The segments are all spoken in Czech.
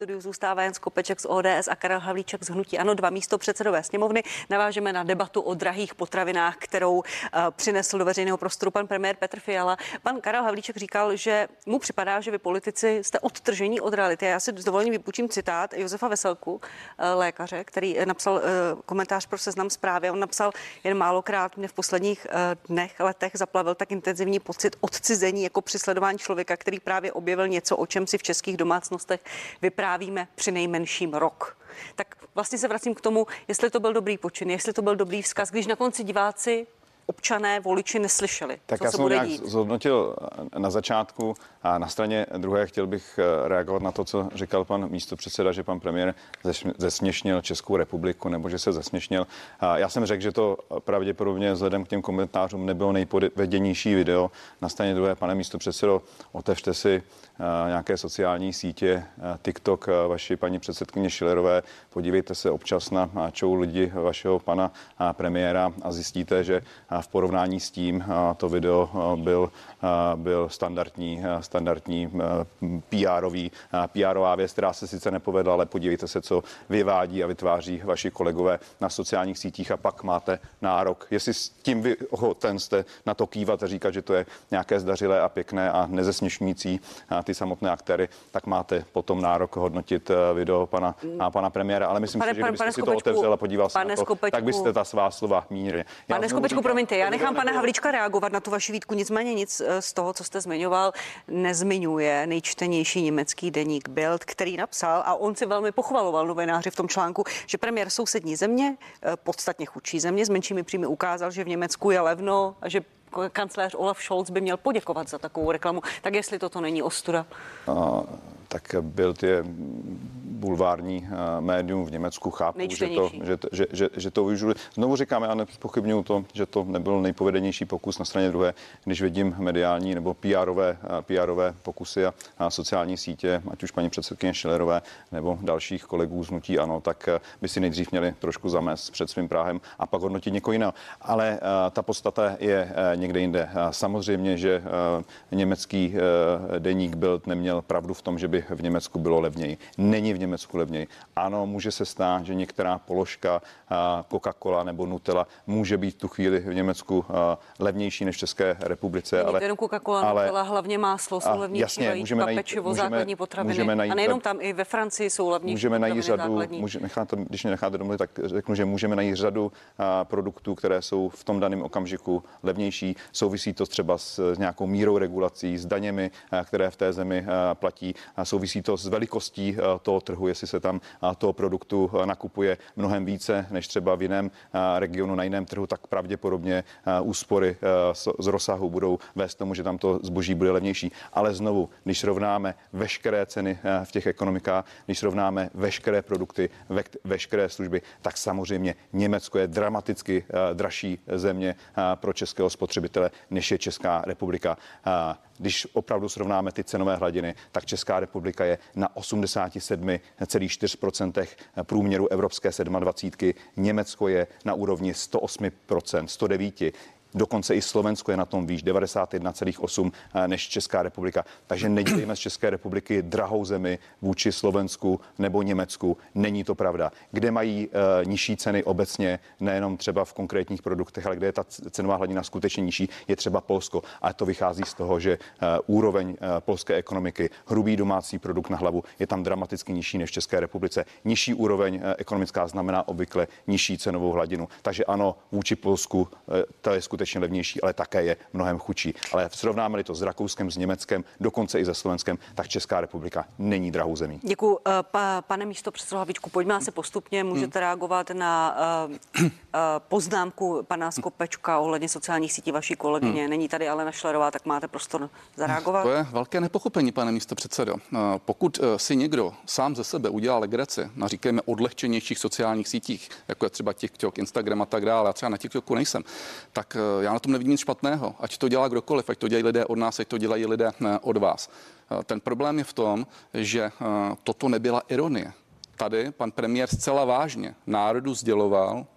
Studiu zůstává Jan Skopeček z ODS a Karel Havlíček z Hnutí ANO, dva místopředsedové sněmovny. Navážeme na debatu o drahých potravinách, kterou přinesl do veřejného prostoru pan premiér Petr Fiala. Pan Karel Havlíček říkal, že mu připadá, že vy politici jste odtržení od reality. Já si s dovolením vypůjčím citát Josefa Veselku, lékaře, který napsal komentář pro Seznam Zprávy. On napsal: jen málokrát mě v posledních dnech, letech zaplavil tak intenzivní pocit odcizení jako při sledování člověka, který právě objevil něco, o čem si v českých domácnostech vyprávíme při nejmenším rok. Tak vlastně se vracím k tomu, jestli to byl dobrý počin, jestli to byl dobrý vzkaz, když na konci diváci, občané, voliči neslyšeli, tak co já se jsem bude nějak dít. zhodnotil na začátku a na straně druhé chtěl bych reagovat na to, co říkal pan místopředseda, že pan premiér zesměšnil Českou republiku nebo že se zesměšnil. Já jsem řekl, že to pravděpodobně vzhledem k těm komentářům nebylo nejpovedenější video. Na straně druhé, pane místopředsedo, otevřte si nějaké sociální sítě, TikTok vaší paní předsedkyně Schillerové, podívejte se občas na čou lidi vašeho pana premiéra a zjistíte, že v porovnání s tím to video byl standardní PRová věc, která se sice nepovedla, ale podívejte se, co vyvádí a vytváří vaši kolegové na sociálních sítích a pak máte nárok. Jestli s tím vy ochoten jste na to kývat a říkat, že to je nějaké zdařilé a pěkné a nezesměšňující ty samotné aktéry, tak máte potom nárok hodnotit video pana premiéra. Ale myslím si, že kdybyste si to otevřel a podíval se na to, tak byste ta svá slova mírili. Pane Skopečku, promiňte, já nechám pana Havlíčka reagovat na tu vaši výtku, nicméně nic z toho, co jste zmiňoval, nezmiňuje nejčtenější německý deník Bild, který napsal, a on si velmi pochvaloval novináři v tom článku, že premiér sousední země, podstatně chudší země s menšími příjmy, ukázal, že v Německu je levno a že kancléř Olaf Scholz by měl poděkovat za takovou reklamu. Tak jestli toto není ostuda? Tak Bild je bulvární médium v Německu, chápu, že to využili. Znovu říkám, já nepochybuju to, že to nebyl nejpovedenější pokus. Na straně druhé, když vidím mediální nebo PRové pokusy a sociální sítě, ať už paní předsedkyně Schillerové nebo dalších kolegů z Hnutí ANO, tak by si nejdřív měli trošku zamést před svým práhem a pak hodnotit někoho jiného. Ale ta podstata je někde jinde. Samozřejmě, že německý deník Bild neměl pravdu v tom, že by v Německu bylo levněji. Není v Německu levněji. Ano, může se stát, že některá položka Coca-Cola nebo Nutella může být v tu chvíli v Německu levnější než v České republice. Ale Coca-Cola, Nutella, hlavně máslo, jsou levnější, vajíčka, pečivo, základní potraviny. A nejenom tam, i ve Francii jsou levnější potraviny základní. Když mě necháte domluvit, tak řeknu, že můžeme najít řadu produktů, které jsou v tom daném okamžiku levnější. Souvisí to třeba s nějakou mírou regulací, s daněmi, které v té zemi platí. Souvisí to s velikostí toho trhu, jestli se tam toho produktu nakupuje mnohem více než třeba v jiném regionu, na jiném trhu, tak pravděpodobně úspory z rozsahu budou vést tomu, že tam to zboží bude levnější. Ale znovu, když srovnáme veškeré ceny v těch ekonomikách, když srovnáme veškeré produkty, veškeré služby, tak samozřejmě Německo je dramaticky dražší země pro českého spotřebitele, než je Česká republika. Když opravdu srovnáme ty cenové hladiny, tak Česká republika je na 87,4% průměru evropské 27. Německo je na úrovni 108%, 109%. Dokonce i Slovensko je na tom výš, 91,8 než Česká republika. Takže nedělíme z České republiky drahou zemi vůči Slovensku nebo Německu. Není to pravda. Kde mají nižší ceny obecně, nejenom třeba v konkrétních produktech, ale kde je ta cenová hladina skutečně nižší, je třeba Polsko. A to vychází z toho, že úroveň polské ekonomiky, hrubý domácí produkt na hlavu je tam dramaticky nižší než v České republice. Nižší úroveň ekonomická znamená obvykle nižší cenovou hladinu. Takže ano, vůči Polsku to je skutečně levnější, ale také je mnohem chudší. Ale srovnáme-li to s Rakouskem, s Německem, dokonce i se Slovenskem, tak Česká republika není drahou zemí. Děkuji. Pane místopředsedo Havlíčku, pojďme se postupně. Můžete reagovat na poznámku pana Skopečka ohledně sociálních sítí vaší kolegyně. Není tady Alena Schillerová, tak máte prostor zareagovat. To je velké nepochopení, pane místopředsedo. Pokud si někdo sám ze sebe udělá legraci na, říkejme, odlehčenějších sociálních sítích, jako je třeba TikTok, Instagram a tak dále, já třeba na TikToku nejsem, tak já na tom nevidím nic špatného. Ať to dělá kdokoliv, ať to dělají lidé od nás, ať to dělají lidé od vás. Ten problém je v tom, že toto nebyla ironie. Tady pan premiér zcela vážně národu sděloval,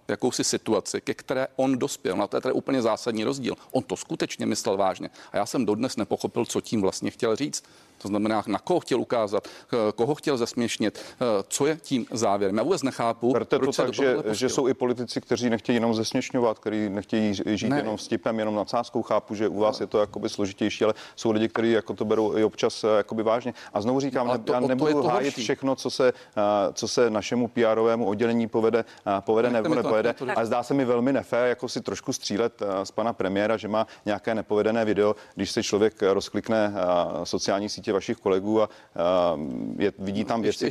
jakousi situaci, ke které on dospěl. Na to je tady úplně zásadní rozdíl. On to skutečně myslel vážně. A já jsem dodnes nepochopil, co tím vlastně chtěl říct. To znamená, na koho chtěl ukázat, koho chtěl zesměšnit, co je tím závěrem. Já vůbec nechápu, Berte proč to se tak, do tohohle že pustil. jsou i politici, kteří nechtějí jenom zesměšňovat, kteří nechtějí žít jenom vtipem, jenom nadsázkou. Chápu, že u vás je to jakoby složitější, ale jsou lidi, kteří jako to berou i občas jakoby vážně. A znovu říkám, já nebudu hájit všechno, co se našemu PR-ovému oddělení povede nebo nepovede. Ale zdá se mi velmi nefér, jako si trošku střílet z pana premiéra, že má nějaké nepovedené video, když se člověk rozklikne sociální sítě vašich kolegů a vidí tam věci,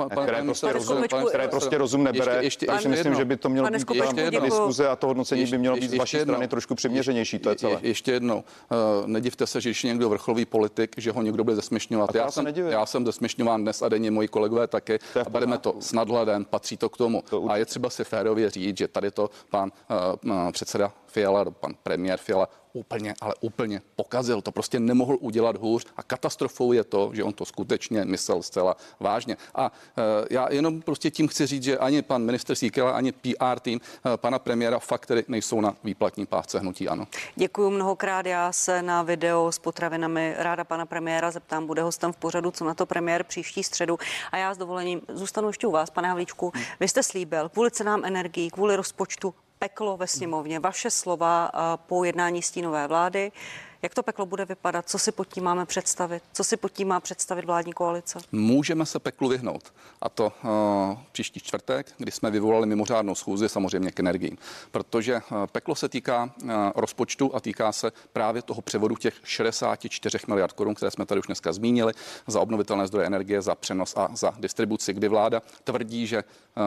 které prostě rozum nebere. Takže si myslím, že by to mělo být ta diskuze a to hodnocení by mělo být z vaší strany trošku přiměřenější. To je celé. Ještě jednou, nedivte se, že když je někdo vrcholový politik, že ho někdo bude zesměšňovat. Já jsem zesměšňován dnes a denně, moji kolegové taky. A bereme to s nadhledem, patří to k tomu. A je třeba si férově říct, že tady to pan předseda Fiala, pan premiér Fiala úplně pokazil. To prostě nemohl udělat hůř a katastrofou je to, že on to skutečně myslel zcela vážně. A já jenom prostě tím chci říct, že ani pan ministr Síkela, ani PR tým pana premiéra fakt tedy nejsou na výplatní pásce hnutí ANO. Děkuji mnohokrát. Já se na video s potravinami ráda pana premiéra zeptám, bude hostem v pořadu, co na to premiér příští středu. A já s dovolením zůstanu ještě u vás, pane Havlíčku. Vy jste slíbil kvůli cenám energií, kvůli rozpočtu peklo ve sněmovně. Vaše slova po jednání stínové vlády. Jak to peklo bude vypadat? Co si pod tím máme představit? Co si pod tím má představit vládní koalice? Můžeme se peklu vyhnout. A to příští čtvrtek, kdy jsme vyvolali mimořádnou schůzi samozřejmě k energiím. Protože peklo se týká rozpočtu a týká se právě toho převodu těch 64 miliard korun, které jsme tady už dneska zmínili, za obnovitelné zdroje energie, za přenos a za distribuci, kdy vláda tvrdí, že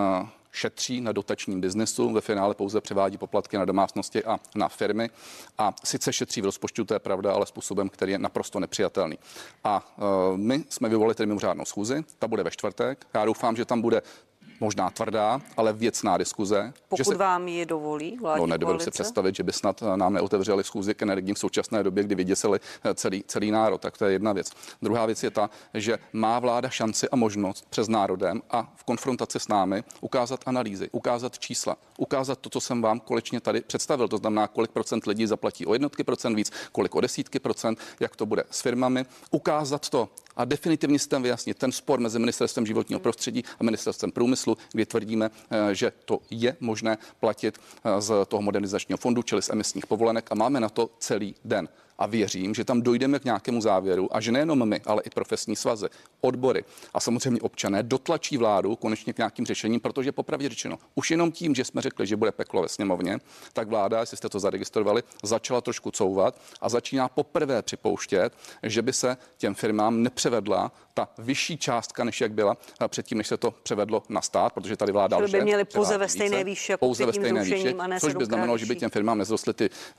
šetří na dotačním biznesu, ve finále pouze převádí poplatky na domácnosti a na firmy. A sice šetří v rozpočtu, to je pravda, ale způsobem, který je naprosto nepřijatelný. A my jsme vyvolali tedy mimořádnou schůzi, ta bude ve čtvrtek. Já doufám, že tam bude možná tvrdá, ale věcná diskuze. Pokud vám ji dovolí vládní nedovedu si představit, že by snad nám neotevřeli schůzi k energiím v současné době, kdy vyděsili celý národ. Tak to je jedna věc. Druhá věc je ta, že má vláda šanci a možnost přes národem a v konfrontaci s námi ukázat analýzy, ukázat čísla, ukázat to, co jsem vám konečně tady představil. To znamená, kolik procent lidí zaplatí o jednotky procent víc, kolik o desítky procent, jak to bude s firmami, ukázat to a definitivně si tam vyjasnit ten spor mezi ministerstvem životního prostředí a ministerstvem průmyslu, kdy tvrdíme, že to je možné platit z toho modernizačního fondu, čili z emisních povolenek a máme na to celý den. A věřím, že tam dojdeme k nějakému závěru a že nejenom my, ale i profesní svazy, odbory a samozřejmě občané dotlačí vládu konečně k nějakým řešením, protože popravdě řečeno, už jenom tím, že jsme řekli, že bude peklo ve sněmovně, tak vláda, jestli jste to zaregistrovali, začala trošku couvat a začíná poprvé připouštět, že by se těm firmám nepřevedla ta vyšší částka, než jak byla předtím, než se to převedlo na stát, protože tady vláda by měli pouze ve stejné výši, jako pouze ve stejné výši, což by znamenalo, že by těm firmám nezrostly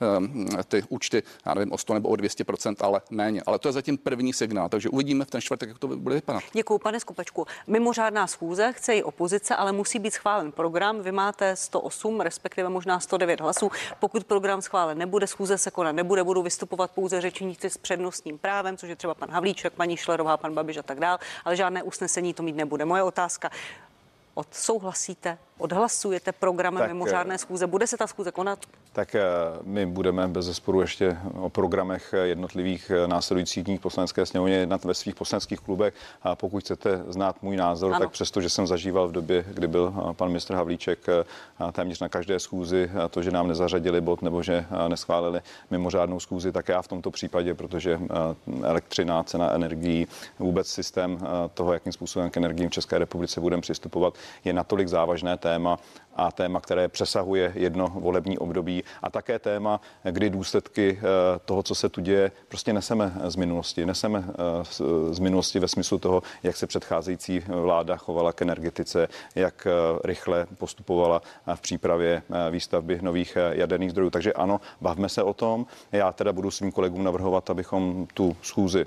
ty účty, já nevím, o 100 nebo o 200%, ale méně. Ale to je zatím první signál, takže uvidíme v ten čtvrtek, jak to bude vypadat. Děkuji, pane Skopečku. Mimořádná schůze, chce i opozice, ale musí být schválen program. Vy máte 108, respektive možná 109 hlasů. Pokud program schválen nebude, schůze se konat nebude, budou vystupovat pouze řečníci s přednostním právem, což je třeba pan Havlíček, paní Schillerová, pan Babiš a tak dál, ale žádné usnesení to mít nebude. Moje otázka: odsouhlasíte, odhlasujete programy mimořádné schůze? Bude se ta schůze konat? Tak my budeme bezesporu ještě o programech jednotlivých následujících dní poslanecké sněmovně jednat ve svých poslaneckých klubech. A pokud chcete znát můj názor, tak přesto, že jsem zažíval v době, kdy byl pan ministr Havlíček téměř na každé schůzi to, že nám nezařadili bod nebo že neschválili mimořádnou schůzi, tak já v tomto případě, protože elektřina, cena energií, vůbec systém toho, jakým způsobem k energiím v České republice budeme přistupovat, je natolik závažné téma a téma, které přesahuje jedno volební období a také téma, kdy důsledky toho, co se tu děje, prostě neseme z minulosti. Neseme z minulosti ve smyslu toho, jak se předcházející vláda chovala k energetice, jak rychle postupovala v přípravě výstavby nových jaderných zdrojů. Takže ano, bavme se o tom. Já teda budu svým kolegům navrhovat, abychom tu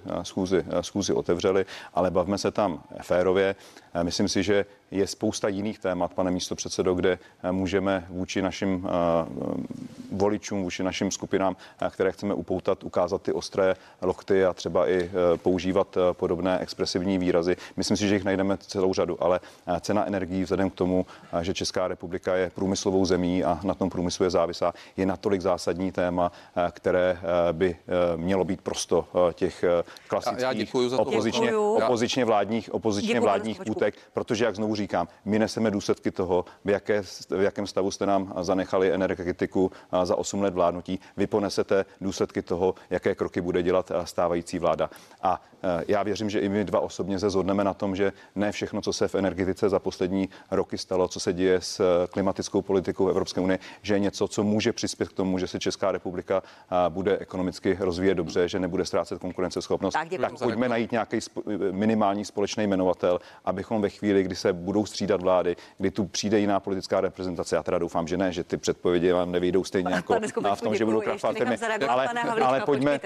schůzi otevřeli, ale bavme se tam férově. Myslím si, že je spousta jiných témat, pane místopředsedo, kde můžeme vůči našim voličům, vůči našim skupinám, které chceme upoutat, ukázat ty ostré lokty a třeba i používat podobné expresivní výrazy. Myslím si, že jich najdeme celou řadu, ale cena energií vzhledem k tomu, že Česká republika je průmyslovou zemí a na tom průmyslu je závislá, je natolik zásadní téma, které by mělo být prosto těch klasických opozičně vládních půtek, protože, jak znovu říkám, my neseme důsledky toho, v jakém stavu jste nám zanechali energetiku za 8 let vládnutí. Vy ponesete důsledky toho, jaké kroky bude dělat stávající vláda. A já věřím, že i my dva osobně se shodneme na tom, že ne všechno, co se v energetice za poslední roky stalo, co se děje s klimatickou politikou Evropské unie, že je něco, co může přispět k tomu, že se Česká republika bude ekonomicky rozvíjet dobře, že nebude ztrácet konkurenceschopnost. Tak pojďme najít nějaký minimální společný jmenovatel, abychom ve chvíli, kdy se budou střídat vlády, kdy tu přijde jiná politická reprezentace, já teda doufám, že ne, že ty předpovědi vám nevyjdou stejně jako v tom, že budou krašovat firmy, ale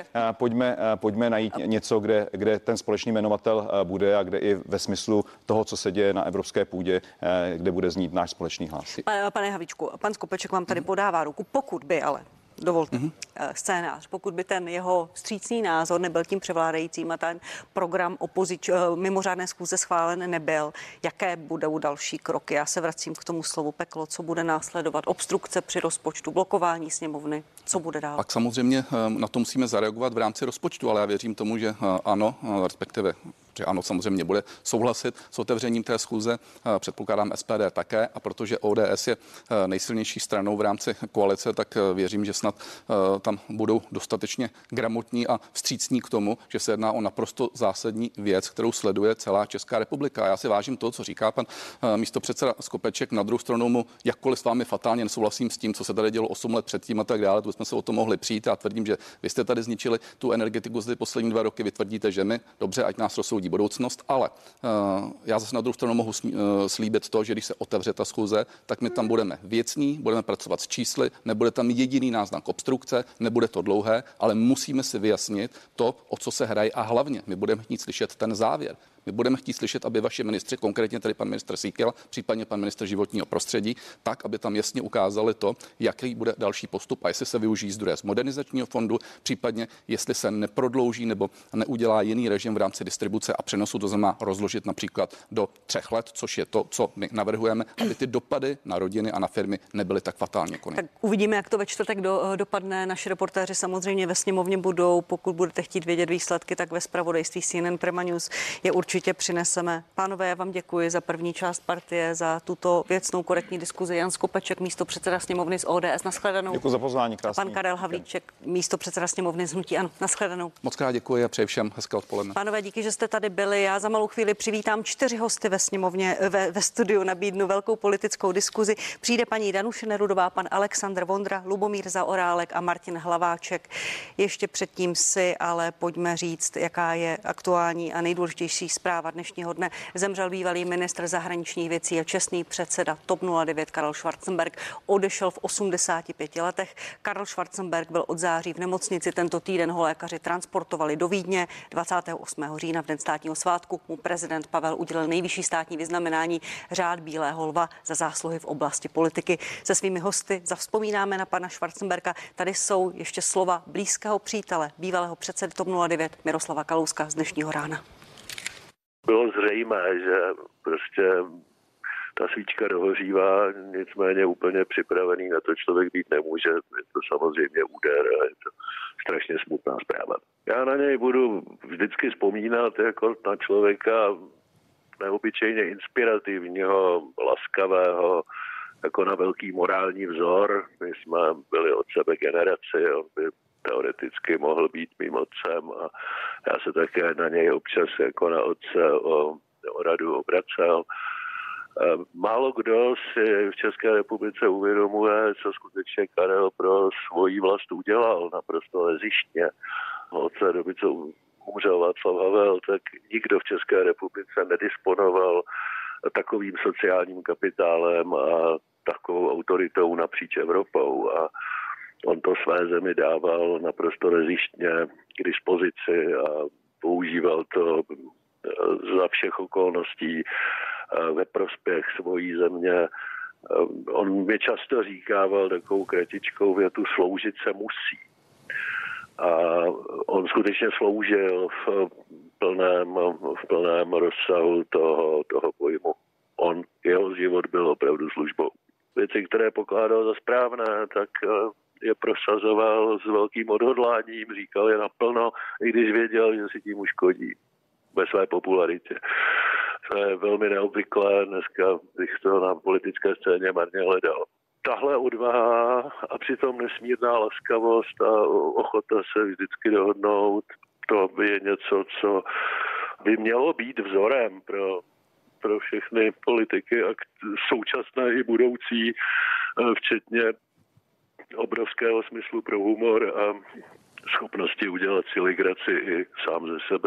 pojďme najít něco, kde ten společný jmenovatel bude a kde i ve smyslu toho, co se děje na evropské půdě, kde bude znít náš společný hlas. Pane Havlíčku, pan Skopeček vám tady podává ruku, pokud by ale dovolte, scénář, pokud by ten jeho vstřícný názor nebyl tím převládajícím a ten program mimořádné schůze schválen nebyl, jaké budou další kroky? Já se vracím k tomu slovu peklo, co bude následovat, obstrukce při rozpočtu, blokování sněmovny, co bude dál? Tak samozřejmě na to musíme zareagovat v rámci rozpočtu, ale já věřím tomu, že ano, respektive že ano, samozřejmě bude souhlasit s otevřením té schůze, předpokládám SPD také, a protože ODS je nejsilnější stranou v rámci koalice, tak věřím, že snad tam budou dostatečně gramotní a vstřícní k tomu, že se jedná o naprosto zásadní věc, kterou sleduje celá Česká republika. Já si vážím toho, co říká pan místopředseda Skopeček. Na druhou stranu mu jakkoliv s vámi fatálně nesouhlasím s tím, co se tady dělo 8 let předtím a tak dále, to jsme se o tom mohli přijít. Já tvrdím, že vy jste tady zničili tu energetiku za poslední 2 roky, vy tvrdíte, že my, dobře, ať nás rozsoudí budoucnost, ale já zase na druhou stranu mohu slíbit to, že když se otevře ta schůze, tak my tam budeme věcní, budeme pracovat s čísly, nebude tam jediný náznak obstrukce, nebude to dlouhé, ale musíme si vyjasnit to, o co se hraje, a hlavně my budeme chtít slyšet ten závěr. My budeme chtít slyšet, aby vaši ministři, konkrétně tady pan ministr Síkela, případně pan ministr životního prostředí, tak, aby tam jasně ukázali to, jaký bude další postup a jestli se využijí zdroje z modernizačního fondu, případně jestli se neprodlouží nebo neudělá jiný režim v rámci distribuce a přenosu, to znamená rozložit například do 3 let, což je to, co my navrhujeme, aby ty dopady na rodiny a na firmy nebyly tak fatálně konečné. Tak uvidíme, jak to ve čtvrtek dopadne. Naši reportéři samozřejmě ve sněmovně budou. Pokud budete chtít vědět výsledky, tak ve zpravodajství CNN Prima News je určitě přineseme. Pánové, já vám děkuji za první část partie, za tuto věcnou korektní diskuzi. Jan Skopeček, místopředseda sněmovny z ODS, nashledanou. Děkuji za pozvání, krásný. A pan Karel Havlíček, místopředseda sněmovny z hnutí ANO, nashledanou. Moc krát děkuji a přeji všem hezké odpoledne. Pánové, díky, že jste tady byli. Já za malou chvíli přivítám 4 hosty ve sněmovně, ve studiu, nabídnu velkou politickou diskuzi. Přijde paní Danuše Nerudová, pan Alexandr Vondra, Lubomír Zaorálek a Martin Hlaváček. Ještě předtím si ale pojďme říct, jaká je aktuální a nejdůležitější zpráva dnešního dne. Zemřel bývalý ministr zahraničních věcí a čestný předseda TOP 09 Karel Schwarzenberg. Odešel v 85 letech. Karel Schwarzenberg byl od září v nemocnici. Tento týden ho lékaři transportovali do Vídně. 28. října v den státního svátku mu prezident Pavel udělil nejvyšší státní vyznamenání Řád bílého lva za zásluhy v oblasti politiky. Se svými hosty zavzpomínáme na pana Schwarzenberga. Tady jsou ještě slova blízkého přítele, bývalého předsedy TOP 09 Miroslava Kalouska z dnešního rána. Bylo zřejmé, že prostě ta svíčka dohořívá, nicméně úplně připravený na to člověk být nemůže. Je to samozřejmě úder a je to strašně smutná zpráva. Já na něj budu vždycky vzpomínat jako na člověka neobyčejně inspirativního, laskavého, jako na velký morální vzor. My jsme byli od sebe generaci, on by teoreticky mohl být mým otcem a já se také na něj občas jako na otce o radu obracel. Málo kdo si v České republice uvědomuje, co skutečně Karel pro svoji vlast udělal naprosto lezištně. Od té doby, co umřel Václav Havel, tak nikdo v České republice nedisponoval takovým sociálním kapitálem a takovou autoritou napříč Evropou. A on to své zemi dával naprosto lezištně k dispozici a používal to za všech okolností ve prospěch svojí země On mi často říkával takovou kratičkou větu: sloužit se musí. A on skutečně sloužil v plném rozsahu toho pojmu. Jeho život byl opravdu službou. Věci, které pokládal za správné, tak je prosazoval s velkým odhodláním, říkal je naplno, i když věděl, že si tím uškodí ve své popularitě. To je velmi neobvyklé, dneska bych to na politické scéně marně hledal. Tahle odvaha a přitom nesmírná laskavost a ochota se vždycky dohodnout, to by je něco, co by mělo být vzorem pro všechny politiky, a současné i budoucí, včetně obrovského smyslu pro humor a schopnosti udělat si legraci i sám ze sebe.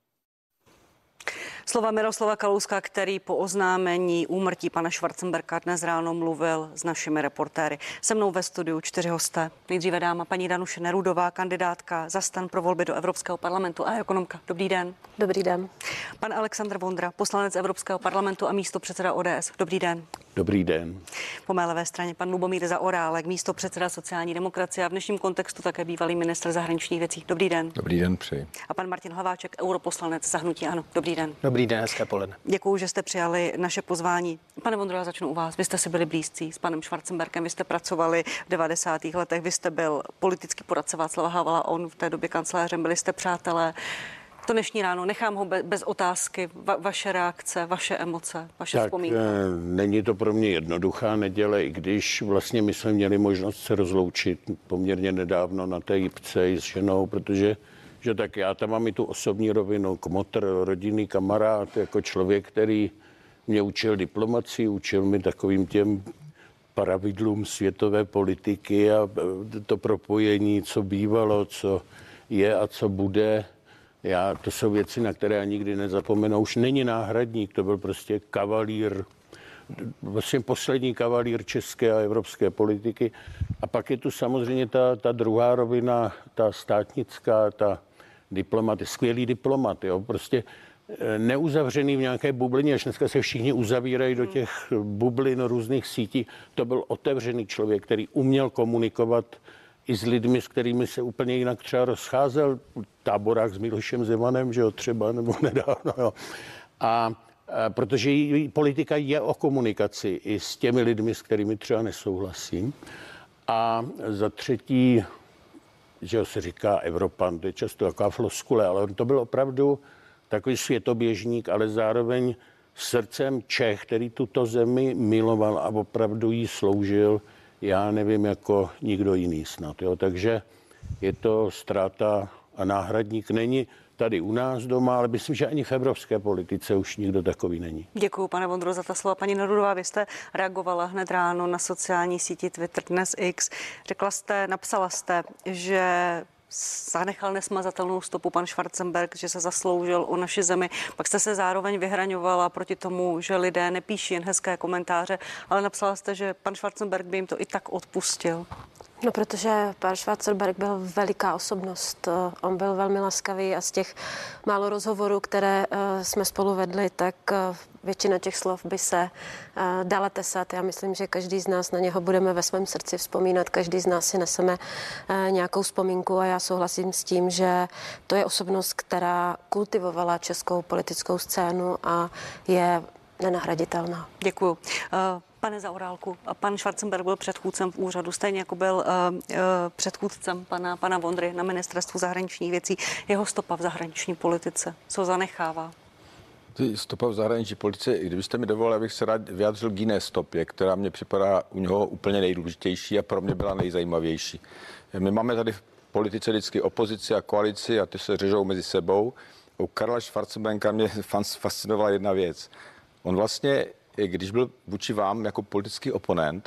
Slova Miroslava Kalouska, který po oznámení úmrtí pana Schwarzenberga dnes ráno mluvil s našimi reportéry. Se mnou ve studiu 4 hosté. Nejdříve dáma paní Danuše Nerudová, kandidátka za STAN pro volby do Evropského parlamentu a ekonomka. Dobrý den. Dobrý den. Pan Alexandr Vondra, poslanec Evropského parlamentu a místopředseda ODS. Dobrý den. Dobrý den. Po mé levé straně pan Lubomír Zaorálek, místopředseda sociální demokracie a v dnešním kontextu také bývalý ministr zahraničních věcí. Dobrý den. Dobrý den, přeji. A pan Martin Hlaváček, europoslanec za hnutí ANO. Dobrý den. Dobrý den, hezké poledne. Děkuji, že jste přijali naše pozvání. Pane Vondro, já začnu u vás. Vy jste si byli blízcí s panem Schwarzenbergem, vy jste pracovali v 90. letech, vy jste byl politický poradce Václava Havla, on v té době kancléřem, byli jste přátelé. To dnešní ráno, nechám ho bez otázky, vaše reakce, vaše emoce, vaše vzpomínky. Není to pro mě jednoduchá neděle, i když vlastně my jsme měli možnost se rozloučit poměrně nedávno na té jipce i s ženou, protože že tak já tam mám i tu osobní rovinu, kmotr, rodinný kamarád, jako člověk, který mě učil diplomacii, učil mi takovým těm pravidlům světové politiky a to propojení, co bývalo, co je a co bude. To jsou věci, na které já nikdy nezapomenu. Už není náhradník, to byl prostě kavalír, vlastně poslední kavalír české a evropské politiky. A pak je tu samozřejmě ta druhá rovina, ta státnická, ta diplomat, skvělý diplomat, jo, prostě neuzavřený v nějaké bublině, až dneska se všichni uzavírají do těch bublin různých sítí. To byl otevřený člověk, který uměl komunikovat i s lidmi, s kterými se úplně jinak třeba rozcházel. Táborák s Milošem Zemanem, že jo, třeba, nebo nedávno, jo. A protože politika je o komunikaci i s těmi lidmi, s kterými třeba nesouhlasím. A za třetí, že se říká Evropan, to je často taková floskule, ale on to byl opravdu takový světoběžník, ale zároveň srdcem Čech, který tuto zemi miloval a opravdu jí sloužil, já nevím, jako nikdo jiný snad. Jo. Takže je to ztráta a náhradník není tady u nás doma, ale myslím, že ani v evropské politice už nikdo takový není. Děkuji, pane Vondro, za ta slova. Paní Nerudová, vy jste reagovala hned ráno na sociální síti Twitter, dnes X. Napsala jste, že zanechal nesmazatelnou stopu pan Schwarzenberg, že se zasloužil o naši zemi. Pak jste se zároveň vyhraňovala proti tomu, že lidé nepíší jen hezké komentáře, ale napsala jste, že pan Schwarzenberg by jim to i tak odpustil. No, protože pan Schwarzenberg byl veliká osobnost. On byl velmi laskavý a z těch málo rozhovorů, které jsme spolu vedli, tak většina těch slov by se dala tesat. Já myslím, že každý z nás na něho budeme ve svém srdci vzpomínat, každý z nás si neseme nějakou vzpomínku a já souhlasím s tím, že to je osobnost, která kultivovala českou politickou scénu a je nenahraditelná. Děkuju. Pane Zaorálku, pan Schwarzenberg byl předchůdcem v úřadu, stejně jako byl předchůdcem pana Vondry na ministerstvu zahraničních věcí. Jeho stopa v zahraniční politice, co zanechává? Stopa v zahraniční politice, kdybyste mi dovolili, abych se rád vyjádřil k jiné stopě, která mě připadá u něho úplně nejdůležitější a pro mě byla nejzajímavější. My máme tady v politice vždycky opozici a koalici a ty se řežou mezi sebou. U Karla Schwarzenberga mě fascinovala jedna věc. On vlastně, když byl vůči vám jako politický oponent,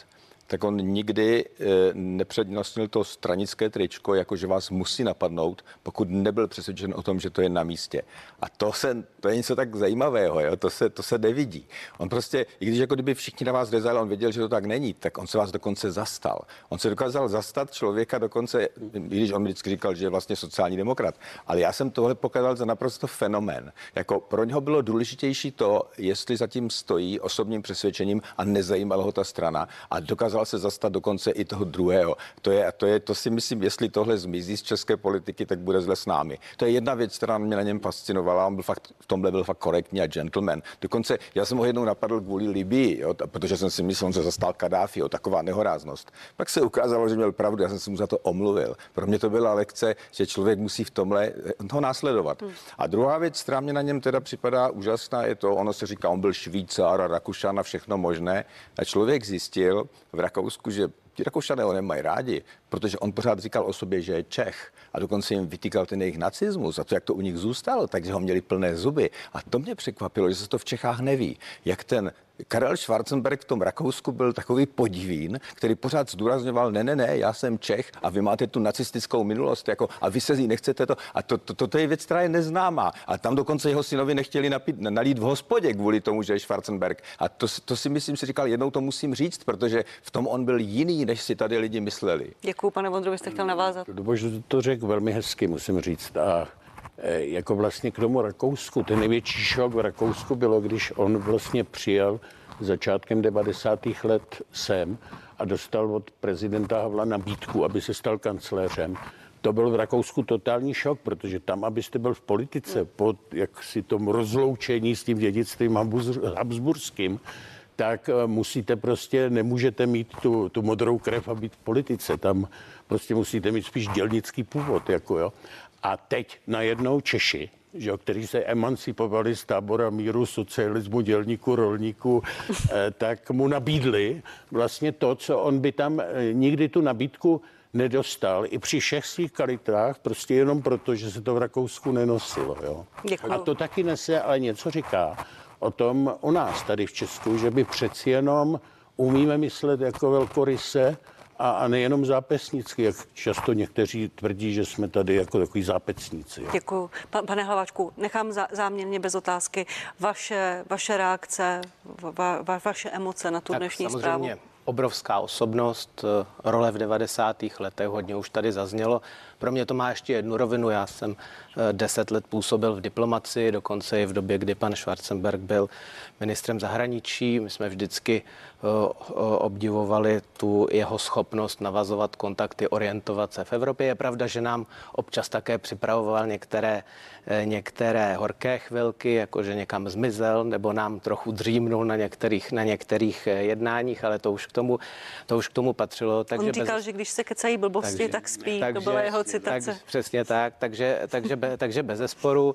tak on nikdy nepřednostnil to stranické tričko, jakože vás musí napadnout, pokud nebyl přesvědčen o tom, že to je na místě. A to je něco tak zajímavého, jo? To se nevidí. On prostě, i když jako kdyby všichni na vás rezali, on věděl, že to tak není, tak on se vás dokonce zastal. On se dokázal zastat člověka dokonce, i když on mi vždycky říkal, že je vlastně sociální demokrat. Ale já jsem tohle pokladal za naprosto fenomén. Jako pro něho bylo důležitější to, jestli zatím stojí osobním přesvědčením a nezajímala ho ta strana a dokázal se zastat dokonce i toho druhého. To si myslím, jestli tohle zmizí z české politiky, tak bude zle s námi. To je jedna věc, která mě na něm fascinovala. On byl fakt, v tomhle byl fakt korektní a gentleman. Dokonce já jsem ho jednou napadl kvůli Libii, jo, protože jsem si myslel, že zastal Kadáfiho, taková nehoráznost. Pak se ukázalo, že měl pravdu, já jsem si mu za to omluvil. Pro mě to byla lekce, že člověk musí v tomhle toho následovat. A druhá věc, která mě na něm teda připadá úžasná, je to, ono se říká, on byl Švýcar a Rakušan a všechno možné. A člověk zjistil v Rakousku, že ti Rakušané ho nemají rádi, protože on pořád říkal o sobě, že je Čech a dokonce jim vytýkal ten jejich nacismus a to, jak to u nich zůstalo, takže ho měli plné zuby. A to mě překvapilo, že se to v Čechách neví. Jak ten Karel Schwarzenberg v tom Rakousku byl takový podivín, který pořád zdůrazňoval, ne, já jsem Čech a vy máte tu nacistickou minulost, jako, a vy se z ní nechcete to. A to je věc, která je neznámá. A tam dokonce jeho synovi nechtěli nalít v hospodě kvůli tomu, že je Schwarzenberg. A to si myslím, si říkal, jednou to musím říct, protože v tom on byl jiný, než si tady lidi mysleli. Děkuju, pane Vondro, vy jste chtěl navázat. To řekl velmi hezky, musím říct. A jako vlastně k tomu Rakousku, ten největší šok v Rakousku bylo, když on vlastně přijel začátkem 90. let sem a dostal od prezidenta Havla nabídku, aby se stal kancléřem. To byl v Rakousku totální šok, protože tam, abyste byl v politice pod jaksi tom rozloučení s tím dědictvím habsburským, tak musíte prostě, nemůžete mít tu modrou krev a být v politice. Tam prostě musíte mít spíš dělnický původ, jako jo. A teď najednou Češi, že jo, kteří se emancipovali z tábora míru, socialismu, dělníků, rolníků, tak mu nabídli vlastně to, co on by tam nikdy tu nabídku nedostal, i při všech svých kvalitách, prostě jenom proto, že se to v Rakousku nenosilo. Jo. A to taky nese, ale něco říká o tom u nás tady v Česku, že by přeci jenom umíme myslet jako velkoryse a nejenom zápesnicky, jak často někteří tvrdí, že jsme tady jako takový zápecníci. Jo. Děkuju. Pane Hlaváčku, nechám záměrně bez otázky vaše reakce, vaše emoce na tu dnešní zprávu. Obrovská osobnost, role v 90. letech, hodně už tady zaznělo. Pro mě to má ještě jednu rovinu. Já jsem 10 let působil v diplomacii, dokonce i v době, kdy pan Schwarzenberg byl ministrem zahraničí. My jsme vždycky obdivovali tu jeho schopnost navazovat kontakty, orientovat se v Evropě. Je pravda, že nám občas také připravoval některé horké chvilky, jakože někam zmizel, nebo nám trochu dřímnul na některých jednáních, ale to už k tomu patřilo. Takže on říkal, že když se kecají blbosti, tak spí. To byla jeho citace. Přesně tak, takže bezesporu.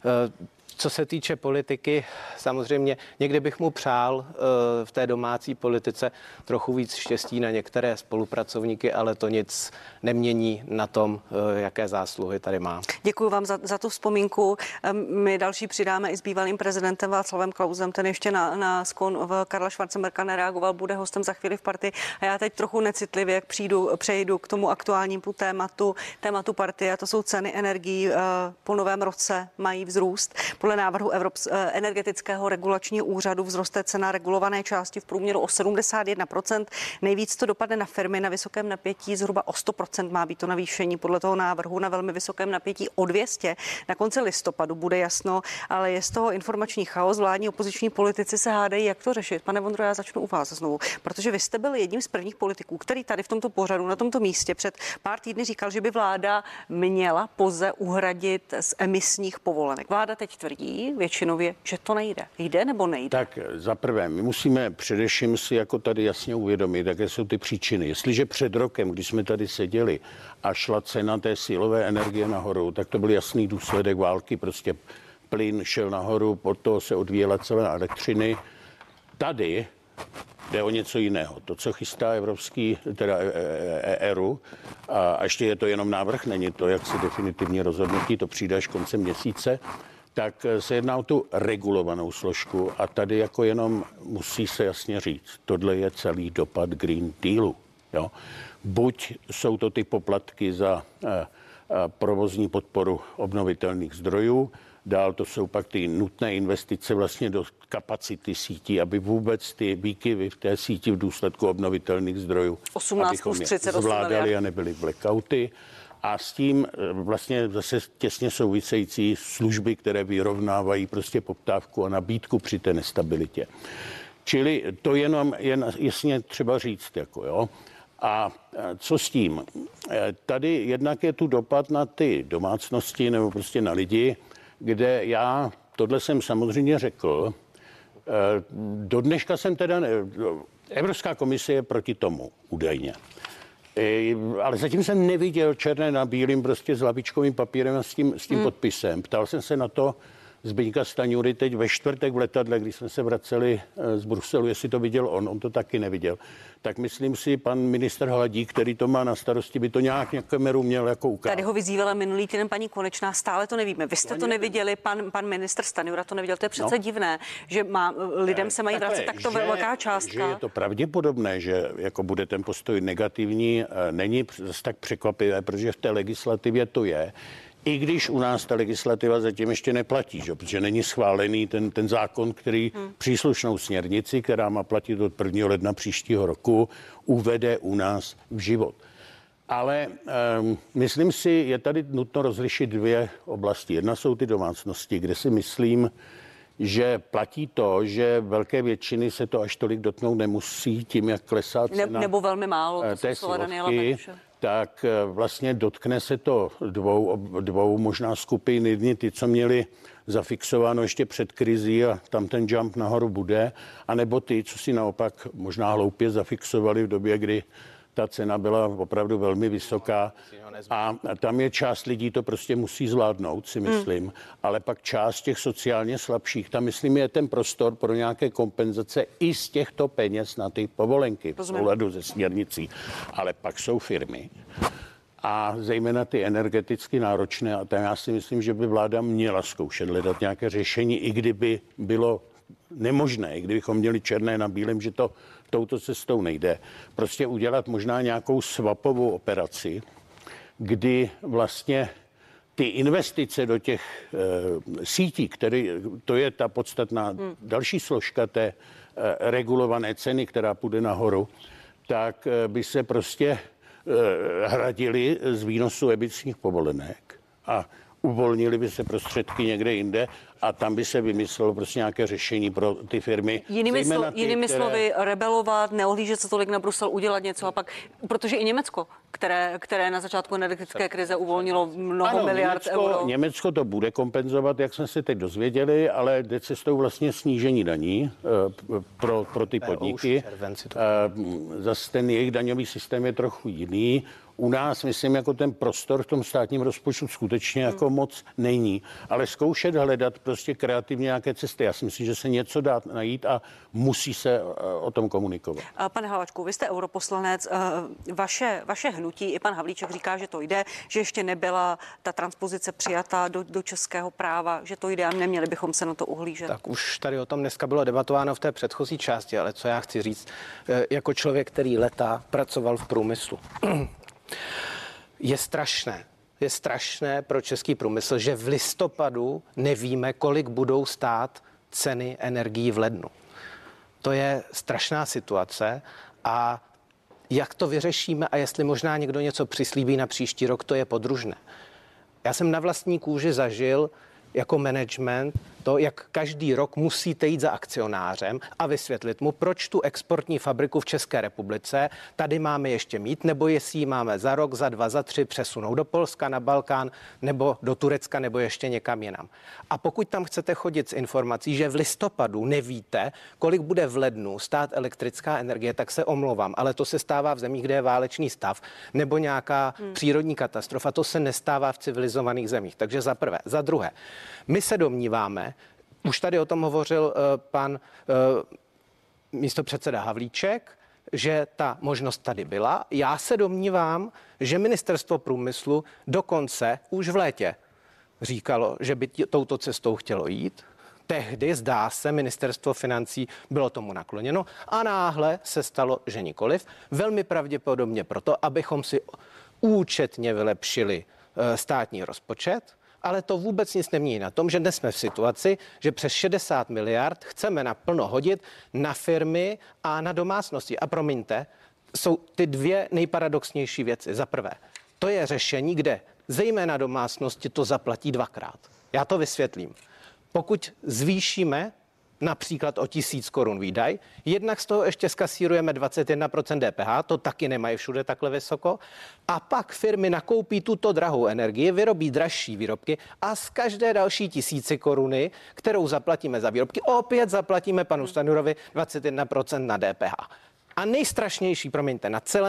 Co se týče politiky, samozřejmě někdy bych mu přál v té domácí politice trochu víc štěstí na některé spolupracovníky, ale to nic nemění na tom, jaké zásluhy tady má. Děkuji vám za tu vzpomínku. My další přidáme i s bývalým prezidentem Václavem Klausem. Ten ještě na skon Karla Schwarzenberga nereagoval, bude hostem za chvíli v Partii. A já teď trochu necitlivě, jak přejdu k tomu aktuálnímu tématu Partie, a to jsou ceny energií. Po novém roce mají vzrůst. Podle návrhu energetického regulačního úřadu vzroste cena regulované části v průměru o 71%. Nejvíc to dopadne na firmy na vysokém napětí, zhruba o 100% má být to navýšení podle toho návrhu, na velmi vysokém napětí o 200. Na konci listopadu bude jasno, ale je z toho informační chaos. Vládní opoziční politici se hádají, jak to řešit. Pane Vondro, já začnu u vás znovu, protože vy jste byl jedním z prvních politiků, který tady v tomto pořadu, na tomto místě před pár týdny říkal, že by vláda měla POZE uhradit z emisních povolenek. Vláda teď tvrdí většinově, že to nejde. Jde nebo nejde? Tak za prvé, my musíme především si jako tady jasně uvědomit, jaké jsou ty příčiny. Jestliže před rokem, když jsme tady seděli a šla cena té silové energie nahoru, tak to byl jasný důsledek války. Prostě plyn šel nahoru, pod toho se odvíjela celá elektřiny. Tady jde o něco jiného. To, co chystá ERU, a ještě je to jenom návrh, není to jaksi definitivní rozhodnutí, to přijde až koncem měsíce, tak se jedná o tu regulovanou složku a tady jako jenom musí se jasně říct, tohle je celý dopad Green Dealu. Jo? Buď jsou to ty poplatky za provozní podporu obnovitelných zdrojů, dál to jsou pak ty nutné investice vlastně do kapacity sítí, aby vůbec ty výkyvy v té síti v důsledku obnovitelných zdrojů 18 plus 38 zvládali a nebyly blackouty. A s tím vlastně zase těsně související služby, které vyrovnávají prostě poptávku a nabídku při té nestabilitě. Čili to jenom jasně třeba říct, jako jo. A co s tím? Tady jednak je tu dopad na ty domácnosti nebo prostě na lidi, kde tohle jsem samozřejmě řekl, do dneška jsem teda, Evropská komise je proti tomu údajně. Ale zatím jsem neviděl černé na bílým prostě s lavičkovým papírem a s tím podpisem. Ptal jsem se na to Zbyňka Stanjury teď ve čtvrtek v letadle, když jsme se vraceli z Bruselu, jestli to viděl on to taky neviděl. Tak myslím si, pan ministr Hladík, který to má na starosti, by to nějak kameru měl jako ukázat. Tady ho vyzývala minulý týden paní Konečná, stále to nevíme. Vy jste to neviděli, pan ministr Stanjura to neviděl. To je přece divné, že lidem se mají vracet takto velká částka. Že je to pravděpodobné, že jako bude ten postoj negativní, není zase tak překvapivé, protože v té legislativě to je. I když u nás ta legislativa zatím ještě neplatí, že? Protože není schválený ten zákon, který příslušnou směrnici, která má platit od 1. ledna příštího roku, uvede u nás v život. Ale myslím si, je tady nutno rozlišit dvě oblasti. Jedna jsou ty domácnosti, kde si myslím, že platí to, že velké většiny se to až tolik dotknout nemusí tím, jak klesá cena nebo velmi málo, té složky, tak vlastně dotkne se to dvou možná skupin. Jedni ty, co měli zafixováno ještě před krizí a tam ten jump nahoru bude, anebo ty, co si naopak možná hloupě zafixovali v době, kdy ta cena byla opravdu velmi vysoká a tam je část lidí, to prostě musí zvládnout, si myslím, ale pak část těch sociálně slabších, tam myslím je ten prostor pro nějaké kompenzace i z těchto peněz na ty povolenky v souladu se směrnicí. Ale pak jsou firmy a zejména ty energeticky náročné a tam já si myslím, že by vláda měla zkoušet hledat nějaké řešení, i kdyby bylo nemožné, i kdybychom měli černé na bílém, že to touto cestou nejde. Prostě udělat možná nějakou swapovou operaci, kdy vlastně ty investice do těch sítí, to je ta podstatná další složka té regulované ceny, která půjde nahoru, tak by se prostě hradily z výnosu emisních povolenek a uvolnili by se prostředky někde jinde a tam by se vymyslelo prostě nějaké řešení pro ty firmy. Jinými slovy, rebelovat, neohlížet se tolik na Brusel, udělat něco a pak, protože i Německo, které na začátku energetické krize uvolnilo mnoho miliard euro. Německo to bude kompenzovat, jak jsme se teď dozvěděli, ale jde cestou vlastně snížení daní pro ty podniky. Zase ten jejich daňový systém je trochu jiný. U nás, myslím, jako ten prostor v tom státním rozpočtu skutečně jako moc není. Ale zkoušet hledat prostě kreativně nějaké cesty. Já si myslím, že se něco dá najít a musí se o tom komunikovat. Pane Hlavačku, vy jste europoslanec. Vaše hnutí, i pan Havlíček říká, že to jde, že ještě nebyla ta transpozice přijata do českého práva, že to jde a neměli bychom se na to uhlížet. Tak už tady o tom dneska bylo debatováno v té předchozí části, ale co já chci říct, jako člověk, který leta pracoval v průmyslu, je strašné pro český průmysl, že v listopadu nevíme, kolik budou stát ceny energií v lednu. To je strašná situace a jak to vyřešíme a jestli možná někdo něco přislíbí na příští rok, to je podružné. Já jsem na vlastní kůži zažil jako management to, jak každý rok musíte jít za akcionářem a vysvětlit mu, proč tu exportní fabriku v České republice tady máme ještě mít, nebo jestli ji máme za rok, za 2, za 3 přesunout do Polska, na Balkán, nebo do Turecka, nebo ještě někam jinam. A pokud tam chcete chodit s informací, že v listopadu nevíte, kolik bude v lednu stát elektrická energie, tak se omlouvám, ale to se stává v zemích, kde je válečný stav, nebo nějaká přírodní katastrofa, to se nestává v civilizovaných zemích. Takže za prvé. Za druhé, my se domníváme, už tady o tom hovořil pan místopředseda Havlíček, že ta možnost tady byla. Já se domnívám, že ministerstvo průmyslu dokonce už v létě říkalo, že by touto cestou chtělo jít. Tehdy, zdá se, ministerstvo financí bylo tomu nakloněno a náhle se stalo, že nikoliv. Velmi pravděpodobně proto, abychom si účetně vylepšili státní rozpočet, ale to vůbec nic nemění na tom, že dnes jsme v situaci, že přes 60 miliard chceme naplno hodit na firmy a na domácnosti. A promiňte, jsou ty dvě nejparadoxnější věci. Za prvé, to je řešení, kde zejména domácnosti to zaplatí dvakrát. Já to vysvětlím. Pokud zvýšíme například o 1000 korun výdaj, jednak z toho ještě skasírujeme 21% DPH, to taky nemají všude takhle vysoko, a pak firmy nakoupí tuto drahou energii, vyrobí dražší výrobky a z každé další 1000 koruny, kterou zaplatíme za výrobky, opět zaplatíme panu Stanjurovi 21% na DPH. A nejstrašnější, promiňte,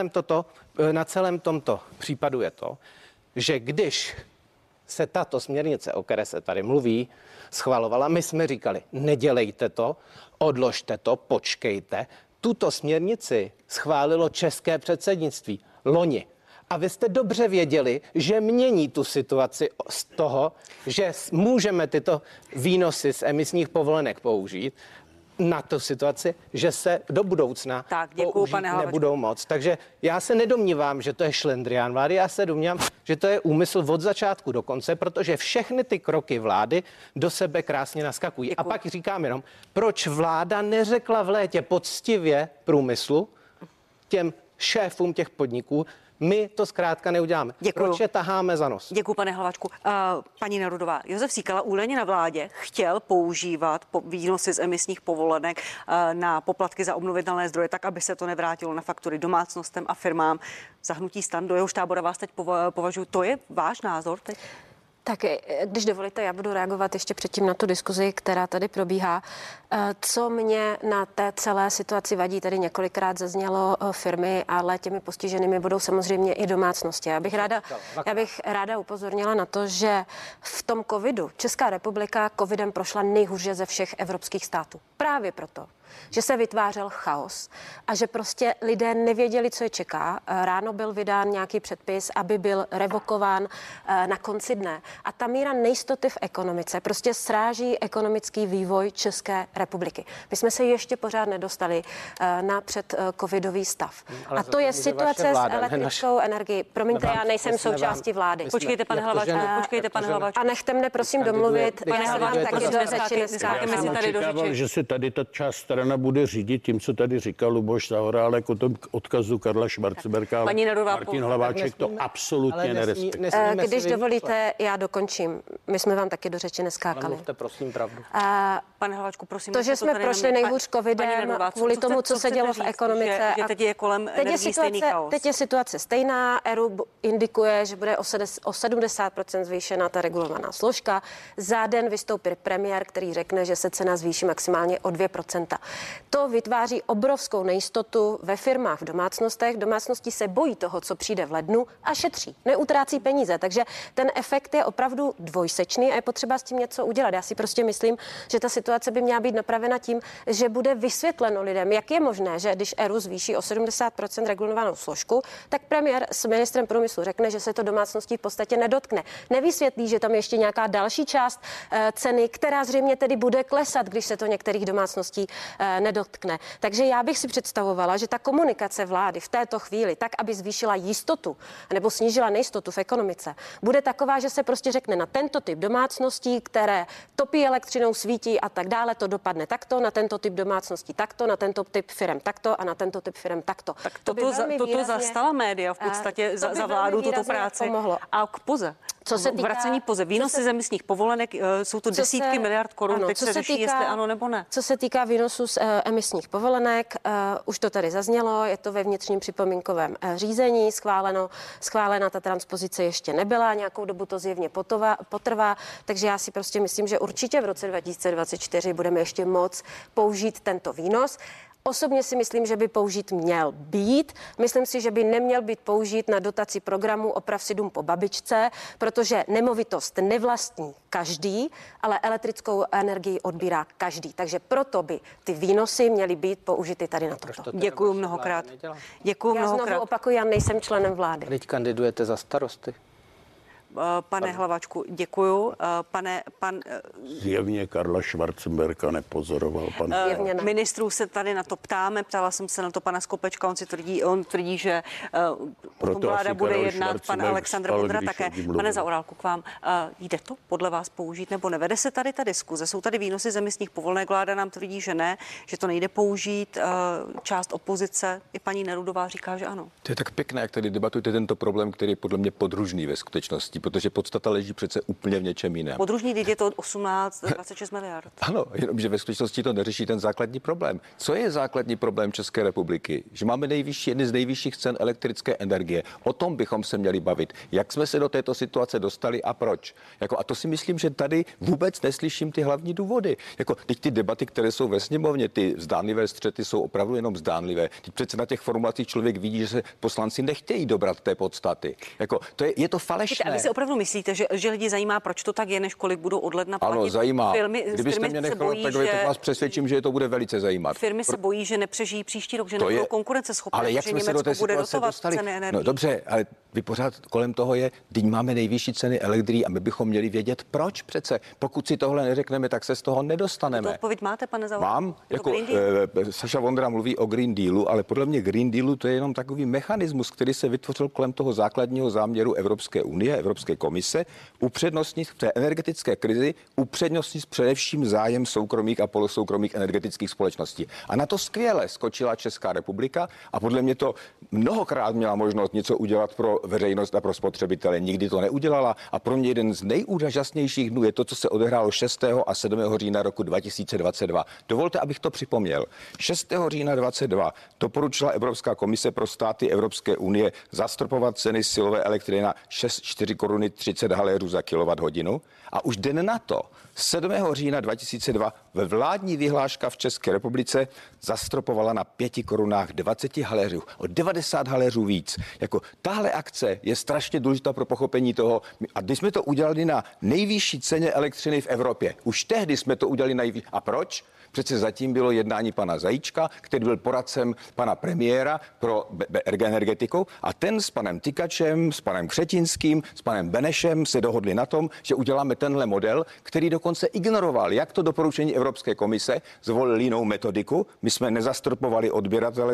na celém tomto případu je to, že když se tato směrnice, o které se tady mluví, schvalovala, my jsme říkali, nedělejte to, odložte to, počkejte. Tuto směrnici schválilo české předsednictví loni. A vy jste dobře věděli, že mění tu situaci z toho, že můžeme tyto výnosy z emisních povolenek použít na tu situaci, že se do budoucna použít nebudou moc. Takže já se nedomnívám, že to je šlendrián vlády, já se domnívám, že to je úmysl od začátku do konce, protože všechny ty kroky vlády do sebe krásně naskakují. Děkuju. A pak říkám jenom, proč vláda neřekla v létě poctivě průmyslu, těm šéfům těch podniků, my to zkrátka neuděláme. Děkuju. Proč je taháme za nos? Děkuji, pane Hlaváčku. Paní Nerudová, Josef Síkela údajně na vládě chtěl používat výnosy z emisních povolenek na poplatky za obnovitelné zdroje, tak, aby se to nevrátilo na faktury domácnostem a firmám. Za hnutí STAN, do jehož tábora vás teď považuji. To je váš názor teď? Tak když dovolíte, já budu reagovat ještě předtím na tu diskuzi, která tady probíhá. Co mě na té celé situaci vadí, tady několikrát zaznělo firmy, ale těmi postiženými budou samozřejmě i domácnosti. Já bych ráda upozornila na to, že v tom covidu Česká republika covidem prošla nejhůře ze všech evropských států. Právě proto, že se vytvářel chaos a že prostě lidé nevěděli, co je čeká. Ráno byl vydán nějaký předpis, aby byl revokován na konci dne. A ta míra nejistoty v ekonomice prostě sráží ekonomický vývoj České republiky. My jsme se ještě pořád nedostali na předcovidový stav. A to je situace s elektrickou energií. Promiňte, já nejsem součástí vlády. Počkejte, pane Hlaváčku. A nechte mne prosím domluvit. Pane Hlaváčku, že se tady ta část strana bude řídit tím, co tady říkal Luboš Zaorálek o tom odkazu Karla Schwarzenberga. Martin Hlaváček to absolutně nerespektuje. Když dovolíte, já dokončím. My jsme vám taky do řeči neskákali. Mluvte prosím pravdu. Pane Hlaváčku, prosím. To, že jsme prošli nejhůř covidem kvůli tomu, co se dělo v ekonomice. Že teď je kolem energií stejný chaos. Teď je situace stejná. ERU indikuje, že bude o 70% zvýšena ta regulovaná složka. Za den vystoupí premiér, který řekne, že se cena zvýší maximálně o 2%. To vytváří obrovskou nejistotu ve firmách, v domácnostech. Domácnosti se bojí toho, co přijde v lednu a šetří, neutrácí peníze. Takže ten efekt je opravdu dvojsečný a je potřeba s tím něco udělat. Já si prostě myslím, že ta situace by měla být napravena tím, že bude vysvětleno lidem, jak je možné, že když ERU zvýší o 70% regulovanou složku, tak premiér s ministrem průmyslu řekne, že se to domácností v podstatě nedotkne. Nevysvětlí, že tam ještě nějaká další část ceny, která zřejmě tedy bude klesat, když se to některých domácností nedotkne. Takže já bych si představovala, že ta komunikace vlády v této chvíli, tak, aby zvýšila jistotu nebo snížila nejistotu v ekonomice, bude taková, že se prostě řekne na tento typ domácností, které topí elektřinou, svítí a tak dále, to dopadne takto, na tento typ domácností takto, na tento typ firem takto a na tento typ firem takto. Tak toto zastala média v podstatě za vládu tuto práci. Pomohlo. A k POZE. Co se týká, vracení POZE, výnosy z emisních povolenek, jsou to desítky miliard korun, ano, teď se řeší, jestli ano nebo ne. Co se týká výnosů z emisních povolenek, už to tady zaznělo, je to ve vnitřním připomínkovém řízení, schválena ta transpozice ještě nebyla, nějakou dobu to zjevně potrvá, takže já si prostě myslím, že určitě v roce 2024 budeme ještě moc použít tento výnos. Osobně si myslím, že by použít měl být. Myslím si, že by neměl být použít na dotaci programu Oprav si dům po babičce, protože nemovitost nevlastní každý, ale elektrickou energii odbírá každý. Takže proto by ty výnosy měly být použity tady na toto. Děkuju mnohokrát. Já znovu opakuju, já nejsem členem vlády. Teď kandidujete za starosty? Pane Hlavačku, děkuju. Zjevně Karla Schwarzenberga nepozoroval pan. Ministrů se tady na to ptáme, ptala jsem se na to pana Skopečka, on tvrdí, že o tom vláda bude jednat, pan Alexandr Vondra také. Pane Zaorálku, k vám. Jde to podle vás použít, nebo nevede se tady ta diskuze? Jsou tady výnosy z emisních povolenek, vláda nám tvrdí, že ne, že to nejde použít. Část opozice, i paní Nerudová říká, že ano. To je tak pěkné, jak tady debatujete tento problém, který je podle mě podružný ve skutečnosti, protože podstata leží přece úplně v něčem jiném. Podružný, teď je to 26 miliard. Ano, jenomže ve skutečnosti to neřeší ten základní problém. Co je základní problém České republiky? Že máme jedny z nejvyšších cen elektrické energie. O tom bychom se měli bavit. Jak jsme se do této situace dostali a proč? A to si myslím, že tady vůbec neslyším ty hlavní důvody. Teď ty debaty, které jsou ve sněmovně, ty zdánlivé střety jsou opravdu jenom zdánlivé. Teď přece na těch formulacích člověk vidí, že se poslanci nechtějí dobrat té podstaty. Je to falešné. A vy si opravdu myslíte, že lidi zajímá, proč to tak je, než kolik budou od ledna platit? Ano, zajímá. Kdybyste mě nechal, tak vás přesvědčím, že to bude velice zajímat. Firmy se bojí, že nepřežijí příští rok, že nebudou konkurenceschopné, ale jak že jsme se do té situace dostali? Ceny energií. No dobře, ale vy pořád kolem toho teď máme nejvyšší ceny energií a my bychom měli vědět, proč přece. Pokud si tohle neřekneme, tak se z toho nedostaneme. To odpověď máte, pane Zaorálku? Mám. Saša Vondra mluví o Green Dealu, ale podle mě Green Dealu to je jenom takový mechanismus, který se vytvořil kolem toho základního záměru Evropské unie, Evropské komise, upřednostnit v té energetické krizi, upřednostnit především zájem soukromých a polosoukromých energetických společností. A na to skvěle skočila Česká republika a podle mě to mnohokrát měla možnost něco udělat pro veřejnost a pro spotřebitele. Nikdy to neudělala a pro mě jeden z nejúžasnějších dnů je to, co se odehrálo 6. a 7. října roku 2022. Dovolte, abych to připomněl. 6. října 2022 doporučila Evropská komise pro státy Evropské unie zastropovat ceny silové elektřiny na 4 koruny 30 haléřů za kilowatthodinu a už den na to 7. října 2002 ve vládní vyhláška v České republice zastropovala na 5 korunách 20 haléřů, o 90 haléřů víc. Tahle akce je strašně důležitá pro pochopení toho. A když jsme to udělali na nejvyšší ceně elektřiny v Evropě, už tehdy jsme to udělali nejvyšší. A proč? Přece zatím bylo jednání pana Zajíčka, který byl poradcem pana premiéra pro energetiku a ten s panem Tykačem, s panem Křetinským, s panem Benešem se dohodli na tom, že uděláme tenhle model, který dokonce ignoroval jak to doporučení Evropské komise, zvolili jinou metodiku. My jsme nezastropovali odběratele,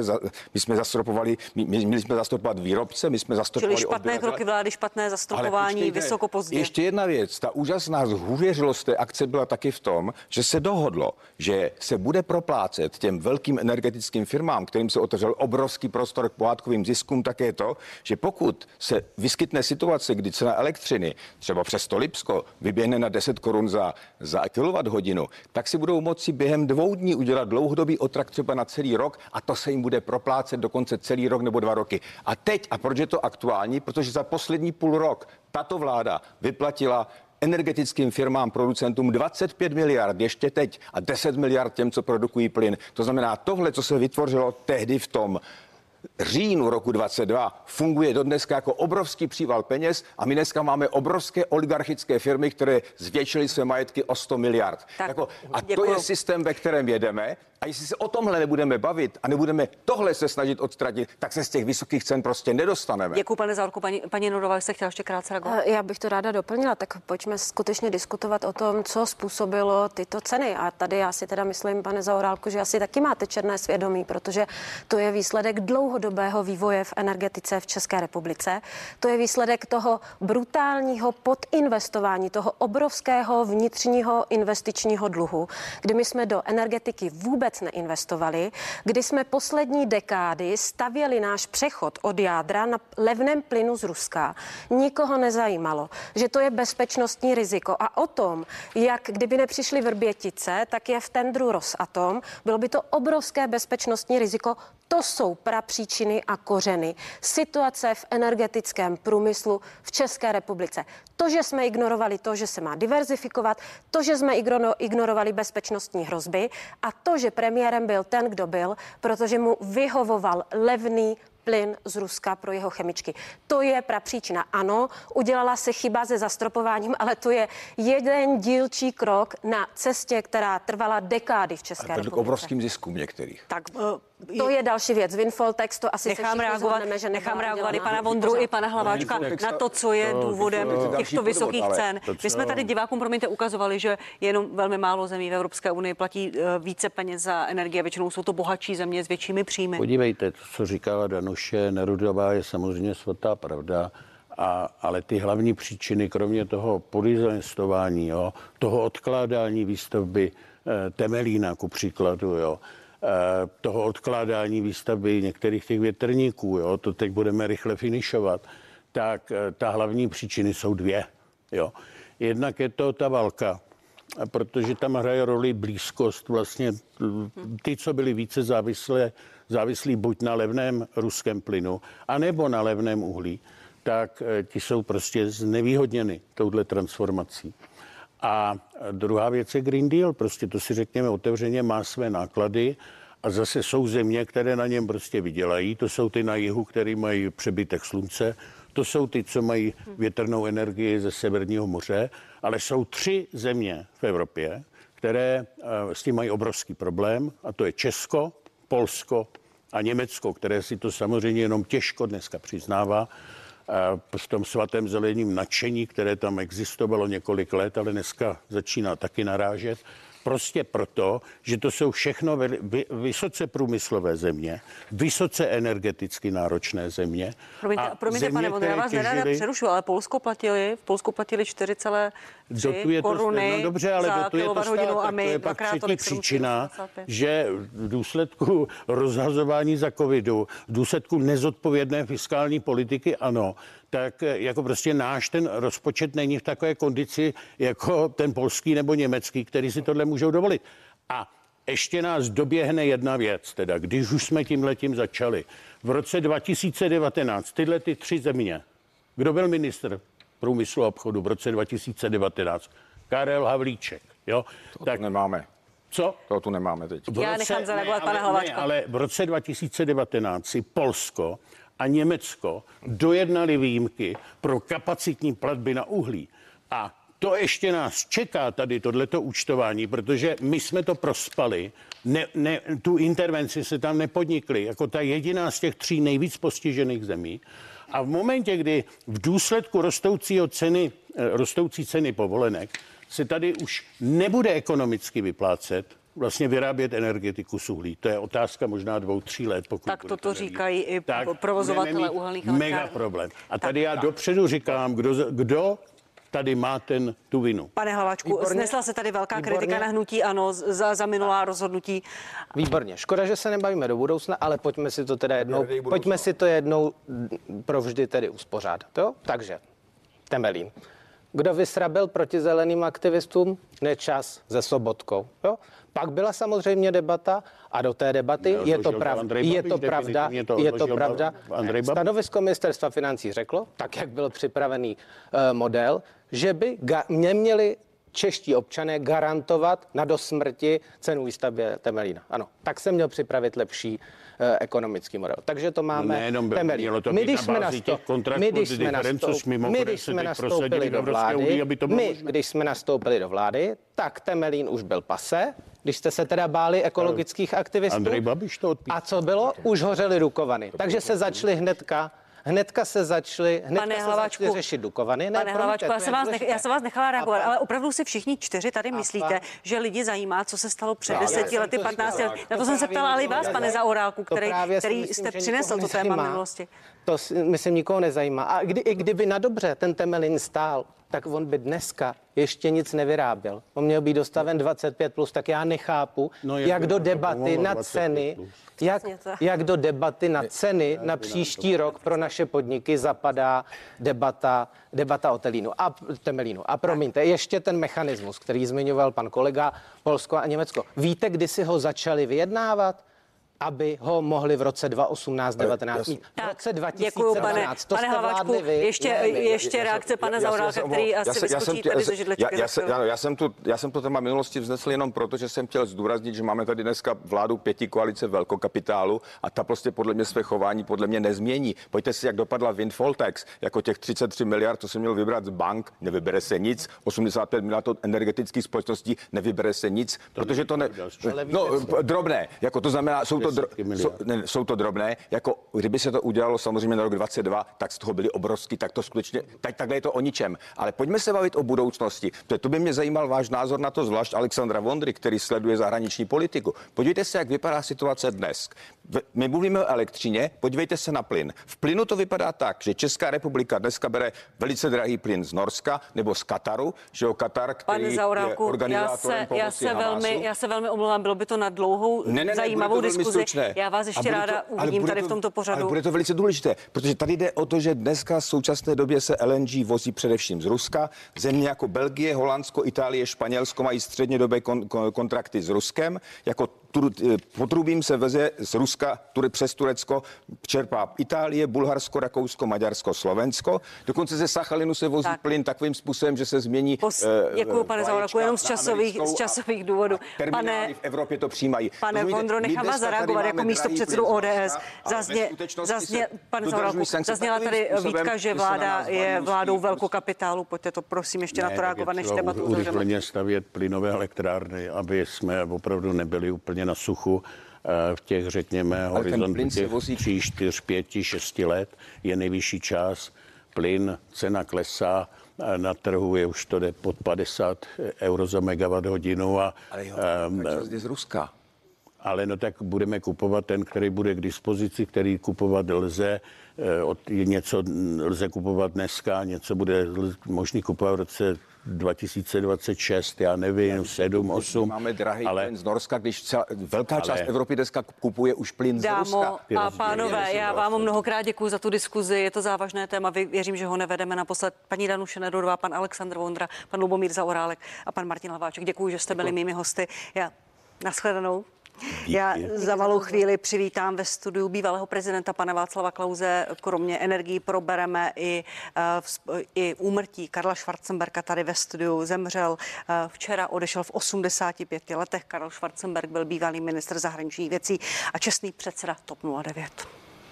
měli jsme zastropovat výrobce, my jsme zastropovali špatné odběratele. kroky vlády, špatné zastropování, vysoko pozdě. Ještě jedna věc, ta úžasná zhůvěřilost té akce byla taky v tom, že se dohodlo, že se bude proplácet těm velkým energetickým firmám, kterým se otevřel obrovský prostor k pohádkovým ziskům, také to, že pokud se vyskytne situace, kdy cena elektřiny třeba přes to Lipsko vyběhne na 10 korun za kilowatthodinu, tak si budou moci během 2 dní udělat dlouhodobý otrakt třeba na celý rok a to se jim bude proplácet dokonce celý rok nebo 2 roky. A teď, a proč je to aktuální? Protože za poslední půl rok tato vláda vyplatila energetickým firmám, producentům 25 miliard ještě teď a 10 miliard těm, co produkují plyn. To znamená, tohle, co se vytvořilo tehdy v tom říjnu roku 2022, funguje dodneska jako obrovský příval peněz a my dneska máme obrovské oligarchické firmy, které zvětšily své majetky o 100 miliard. To je systém, ve kterém jedeme. A jestli se o tomhle nebudeme bavit a nebudeme tohle se snažit odstratit, tak se z těch vysokých cen prostě nedostaneme. Děkuji, pane Zaorálku. Paní Nerudová, jste chtěla ještě krátce reagovat? Já bych to ráda doplnila, tak pojďme skutečně diskutovat o tom, co způsobilo tyto ceny. A tady já si teda myslím, pane Zaorálku, že asi taky máte černé svědomí, protože to je výsledek dlouhodobého vývoje v energetice v České republice. To je výsledek toho brutálního podinvestování, toho obrovského vnitřního investičního dluhu, kdy my jsme do energetiky vůbec neinvestovali, kdy jsme poslední dekády stavěli náš přechod od jádra na levném plynu z Ruska. Nikoho nezajímalo, že to je bezpečnostní riziko a o tom, jak kdyby nepřišly Vrbětice, tak je v tendru Rosatom, bylo by to obrovské bezpečnostní riziko. To jsou prapříčiny a kořeny situace v energetickém průmyslu v České republice. To, že jsme ignorovali to, že se má diverzifikovat, to, že jsme ignorovali bezpečnostní hrozby a to, že premiérem byl ten, kdo byl, protože mu vyhovoval levný plyn z Ruska pro jeho chemičky. To je prapříčina. Ano, udělala se chyba se zastropováním, ale to je jeden dílčí krok na cestě, která trvala dekády v České republice. K obrovským ziskům některých. Tak To je další věc. Windfall tax, to asi nechám reagovat i pana Vondru, i pana Hlaváčka na to, co je důvodem těchto vysokých cen. My jsme tady divákům, promiňte, ukazovali, že jenom velmi málo zemí v Evropské unii platí více peněz za energie. Většinou jsou to bohatší země s většími příjmy. Podívejte, to, co říkala Danuše Nerudová, je samozřejmě svatá pravda. Ale ty hlavní příčiny, kromě toho podinvestování, toho odkládání výstavby Temelína, ku příkladu, toho odkládání výstavby některých těch větrníků, to teď budeme rychle finišovat, tak ta hlavní příčiny jsou dvě. Jednak je to ta válka, protože tam hraje roli blízkost vlastně ty, co byli více závislí buď na levném ruském plynu, anebo na levném uhlí, tak ti jsou prostě znevýhodněny touhle transformací. A druhá věc je Green Deal, prostě to si řekněme otevřeně, má své náklady a zase jsou země, které na něm prostě vydělají, to jsou ty na jihu, které mají přebytek slunce, to jsou ty, co mají větrnou energii ze Severního moře, ale jsou 3 země v Evropě, které s tím mají obrovský problém, a to je Česko, Polsko a Německo, které si to samozřejmě jenom těžko dneska přiznává, v tom svatém zeleným nadšení, které tam existovalo několik let, ale dneska začíná taky narážet. Prostě proto, že to jsou všechno vysoce průmyslové země, vysoce energeticky náročné země. Promiňte, pane Vondra, já vás nerada přerušu, ale v Polsku platili 4,3 koruny no dobře, ale za kilowatthodinu a my to je pak třetí příčina, že v důsledku rozhazování za covidu, v důsledku nezodpovědné fiskální politiky, ano, tak jako prostě náš ten rozpočet není v takové kondici jako ten polský nebo německý, který si tohle můžou dovolit. A ještě nás doběhne jedna věc, teda, když už jsme tímhletím začali. V roce 2019 tyhle 3 země, kdo byl ministr průmyslu a obchodu v roce 2019? Karel Havlíček. Tak nemáme. Co? To tu nemáme teď. Já nechám zareagovat pana Hlaváčka. Ale v roce 2019 si Polsko a Německo dojednali výjimky pro kapacitní platby na uhlí. A to ještě nás čeká tady tohleto účtování, protože my jsme to prospali, tu intervenci se tam nepodnikli, jako ta jediná z těch 3 nejvíc postižených zemí. A v momentě, kdy v důsledku rostoucí ceny povolenek se tady už nebude ekonomicky vyplácet vlastně vyrábět energetiku z uhlí. To je otázka možná 2-3 let. Pokud tak toto říkají i provozovatelé uhelných elektrárny. Mega problém. A tady já dopředu říkám, kdo tady má tu vinu. Pane Hlaváčku, snesla se tady velká kritika na hnutí ANO za minulá rozhodnutí. Výborně. Škoda, že se nebavíme do budoucna, ale pojďme si to jednou provždy tedy uspořádat. Jo? Takže Temelín. Kdo vysrabil proti zeleným aktivistům? Nečas se Sobotkou. Jo? Pak byla samozřejmě debata a do té debaty je to pravda. Stanovisko ministerstva financí řeklo, tak jak byl připravený model, že by neměli čeští občané garantovat na dosmrti cenu výstavbě Temelína. Ano, tak se měl připravit lepší ekonomický model. Takže to máme Temelín. My, když jsme nastoupili do vlády, tak Temelín už byl pase. Když jste se teda báli ekologických aktivistů. Andrej Babiš to odpísal. A co bylo? Už hořely Dukovany. Takže se začaly hnedka se začaly řešit Dukovany. Pane Hlaváčku, já jsem vás nechala reagovat, ale opravdu si všichni 4 tady myslíte, že lidi zajímá, co se stalo před 10 lety, 15 lety. Na to jsem se ptala ale i vás, pane Zaorálku, který jste přinesl to téma minulosti. To myslím nikoho nezajímá. A kdyby na dobře ten Temelín stál, tak on by dneska ještě nic nevyráběl. On měl být dostaven 25+, tak já nechápu, jak do debaty na ceny, jak do debaty na ceny na příští rok pro naše podniky zapadá debata o Temelínu. A promiňte, ještě ten mechanismus, který zmiňoval pan kolega, Polsko a Německo. Víte, kdy si ho začali vyjednávat? aby ho mohli v roce 2018-19 mít. V roce 2012 to pane jste Hlaváčku, vládli vy. ještě reakce pana Zaorálka, který asi vyskočí tady ze židličky. Já jsem to téma minulosti vznesl jenom proto, že jsem chtěl zdůraznit, že máme tady dneska vládu 5 koalice velkokapitálu a ta prostě podle mě své chování podle mě nezmění. Pojďte si, jak dopadla windfall tax, jako těch 33 miliard, co se měl vybrat z bank, nevybere se nic, 85 miliard od energetických společností, nevybere se nic, protože to drobné, jako to znamená, jsou to drobné, jako kdyby se to udělalo samozřejmě na rok 22, tak z toho byly obrovský, tak to skutečně, takhle je to o ničem. Ale pojďme se bavit o budoucnosti. To by mě zajímal váš názor na to, zvlášť Alexandra Vondry, který sleduje zahraniční politiku. Podívejte se, jak vypadá situace dnes. My mluvíme o elektřině, podívejte se na plyn. V plynu to vypadá tak, že Česká republika dneska bere velice drahý plyn z Norska nebo z Kataru, že jo, Katar, který je organizátorem pomoci Hamasu. Já se velmi omlouvám, bylo by to na dlouhou zajímavou diskuzi. Já vás ještě ráda uvidím tady v tomto pořadu. Ale bude to velice důležité, protože tady jde o to, že dneska v současné době se LNG vozí především z Ruska. Země jako Belgie, Holandsko, Itálie, Španělsko mají střednědobé kontrakty s Ruskem. Jako potrubím se veze z Ruska přes Turecko čerpá Itálie, Bulharsko, Rakousko, Maďarsko, Slovensko. Dokonce ze Sachalinu se vozí plyn takovým způsobem, že se změní. Děkuji, pane Zaorálku, jenom z časových důvodů. Terminály v Evropě to přijímají. Pane Vondro, nechám vás zareagovat jako místopředsedu ODS. Zazněla tady výtka, že vláda je vládou velkokapitálu. Pojďte to prosím ještě na to reagovat, než debatu uzavřeme. Urychleně stavět plynové elektrárny, aby jsme opravdu nebyli úplně na suchu. V těch, řekněme, horizontu těch 3, 4, 5, 6 let je nejvyšší čas. Plyn, cena klesá, na trhu je už to jde pod 50 euro za megawatt hodinu. Ale z Ruska. Ale no tak budeme kupovat ten, který bude k dispozici, který kupovat lze. Něco lze kupovat dneska, něco bude možný kupovat v roce 2026, já nevím, 7, 8. Máme drahý plyn z Norska, když velká část Evropy dneska kupuje už plyn z Ruska. A pánové, já vám mnohokrát děkuji za tu diskuzi, je to závažné téma, věřím, že ho nevedeme naposled. Paní Danuše Nerudová, pan Alexandr Vondra, pan Lubomír Zaorálek a pan Martin Hlaváček. Děkuji, že jste byli mými hosty. Nashledanou. Díky. Já za malou chvíli přivítám ve studiu bývalého prezidenta pana Václava Klause. Kromě energií probereme i úmrtí Karla Schwarzenberga tady ve studiu. Zemřel včera, odešel v 85 letech. Karl Schwarzenberg byl bývalý ministr zahraničních věcí a čestný předseda TOP 09.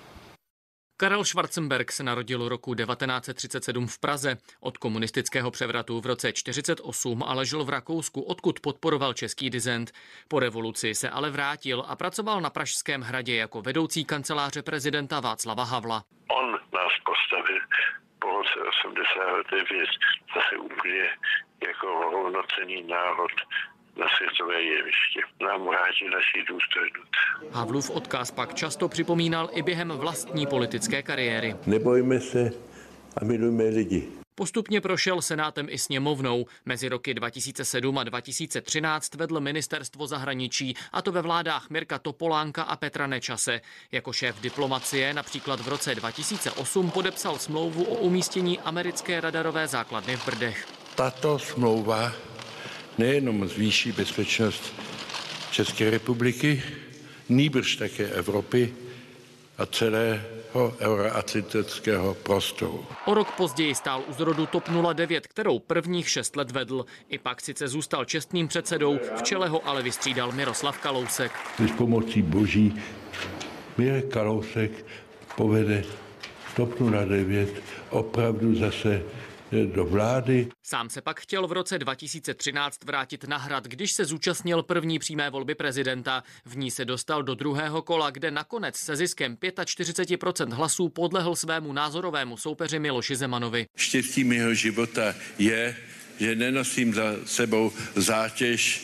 Karel Schwarzenberg se narodil roku 1937 v Praze. Od komunistického převratu v roce 1948 ale žil v Rakousku, odkud podporoval český disent. Po revoluci se ale vrátil a pracoval na Pražském hradě jako vedoucí kanceláře prezidenta Václava Havla. On nás postavil po roce 89 zase úplně jako rovnocenný národ na světové jeviště. Nám vrátí naši důstojnost. Havlův odkaz pak často připomínal i během vlastní politické kariéry. Nebojme se a milujme lidi. Postupně prošel Senátem i sněmovnou. Mezi roky 2007 a 2013 vedl ministerstvo zahraničí, a to ve vládách Mirka Topolánka a Petra Nečase. Jako šéf diplomacie například v roce 2008 podepsal smlouvu o umístění americké radarové základny v Brdech. Tato smlouva nejenom zvýší bezpečnost České republiky, nýbrž také Evropy a celého euroatlantického prostoru. O rok později stál u zrodu TOP 09, kterou prvních 6 let vedl. I pak sice zůstal čestným předsedou, v čele ho ale vystřídal Miroslav Kalousek. S pomocí boží Mirek Kalousek povede TOP 09 opravdu zase do vlády. Sám se pak chtěl v roce 2013 vrátit na Hrad, když se zúčastnil první přímé volby prezidenta. V ní se dostal do druhého kola, kde nakonec se ziskem 45% hlasů podlehl svému názorovému soupeři Miloši Zemanovi. Štěstí mého života je, že nenosím za sebou zátěž,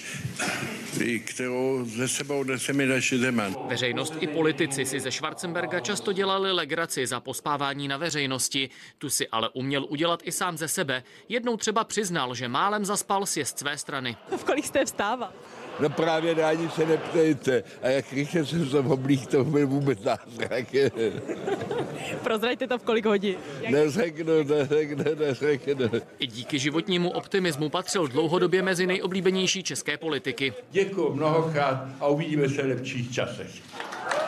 kterou ze sebou nese Miloš Zeman. Veřejnost i politici si ze Schwarzenberga často dělali legraci za pospávání na veřejnosti. Tu si ale uměl udělat i sám ze sebe. Jednou třeba přiznal, že málem zaspal sjezd své strany. V kolik jste vstával? No právě rádi se neptejte. A jak když jsem se oblík, to byl vůbec zázrak. Prozraďte to v kolik hodin. Neřeknu. I díky životnímu optimismu patřil dlouhodobě mezi nejoblíbenější české politiky. Děkuji mnohokrát a uvidíme se v lepších časech.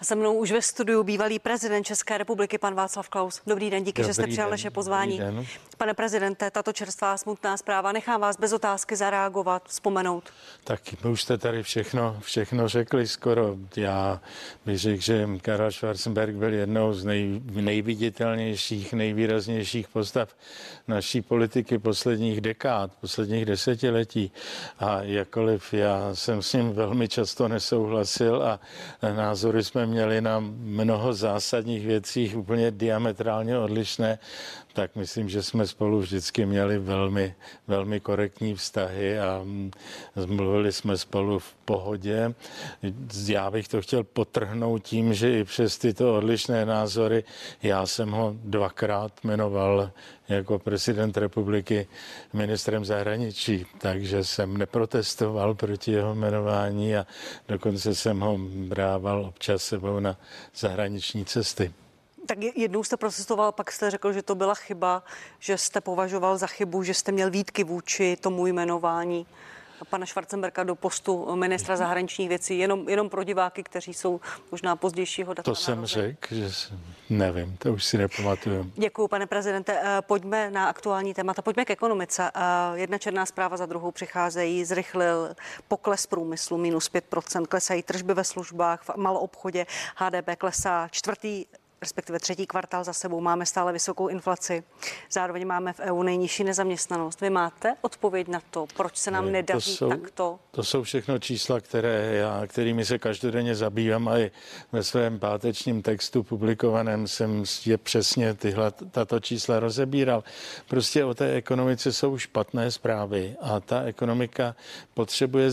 A se mnou už ve studiu bývalý prezident České republiky, pan Václav Klaus. Dobrý den, díky, že jste přijal naše pozvání. Pane prezidente, tato čerstvá smutná zpráva, nechám vás bez otázky zareagovat, vzpomenout. Tak už jste tady všechno řekli skoro. Já bych řekl, že Karel Schwarzenberg byl jednou z nejviditelnějších, nejvýraznějších postav naší politiky posledních dekád, posledních desetiletí. A jakkoliv já jsem s ním velmi často nesouhlasil a názory jsme měli na mnoho zásadních věcích úplně diametrálně odlišné, tak myslím, že jsme spolu vždycky měli velmi, velmi korektní vztahy a mluvili jsme spolu v pohodě. Já bych to chtěl podtrhnout tím, že i přes tyto odlišné názory já jsem ho dvakrát jmenoval jako prezident republiky ministrem zahraničí, takže jsem neprotestoval proti jeho jmenování a dokonce jsem ho brával občas sebou na zahraniční cesty. Tak jednou jste protestoval, pak jste řekl, že to byla chyba, že jste považoval za chybu, že jste měl výtky vůči tomu jmenování pana Schwarzenberga do postu ministra zahraničních věcí, jenom pro diváky, kteří jsou možná pozdějšího data. To jsem řekl, že nevím, to už si nepamatuju. Děkuji, pane prezidente. Pojďme na aktuální témata, pojďme k ekonomice. Jedna černá zpráva za druhou přicházejí, zrychlil pokles průmyslu, -5%, klesají tržby ve službách, v maloobchodě, HDP klesá respektive třetí kvartál za sebou, máme stále vysokou inflaci. Zároveň máme v EU nejnižší nezaměstnanost. Vy máte odpověď na to, proč se nám nedaří takto? To jsou všechno čísla, kterými se každodenně zabývám a i ve svém pátečním textu publikovaném jsem je přesně tato čísla rozebíral. Prostě o té ekonomice jsou špatné zprávy a ta ekonomika potřebuje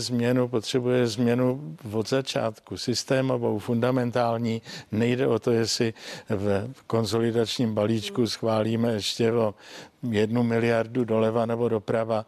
změnu od začátku, systémovou, fundamentální. Nejde o to, jestli v konsolidačním balíčku schválíme ještě o 1 miliardu doleva nebo doprava.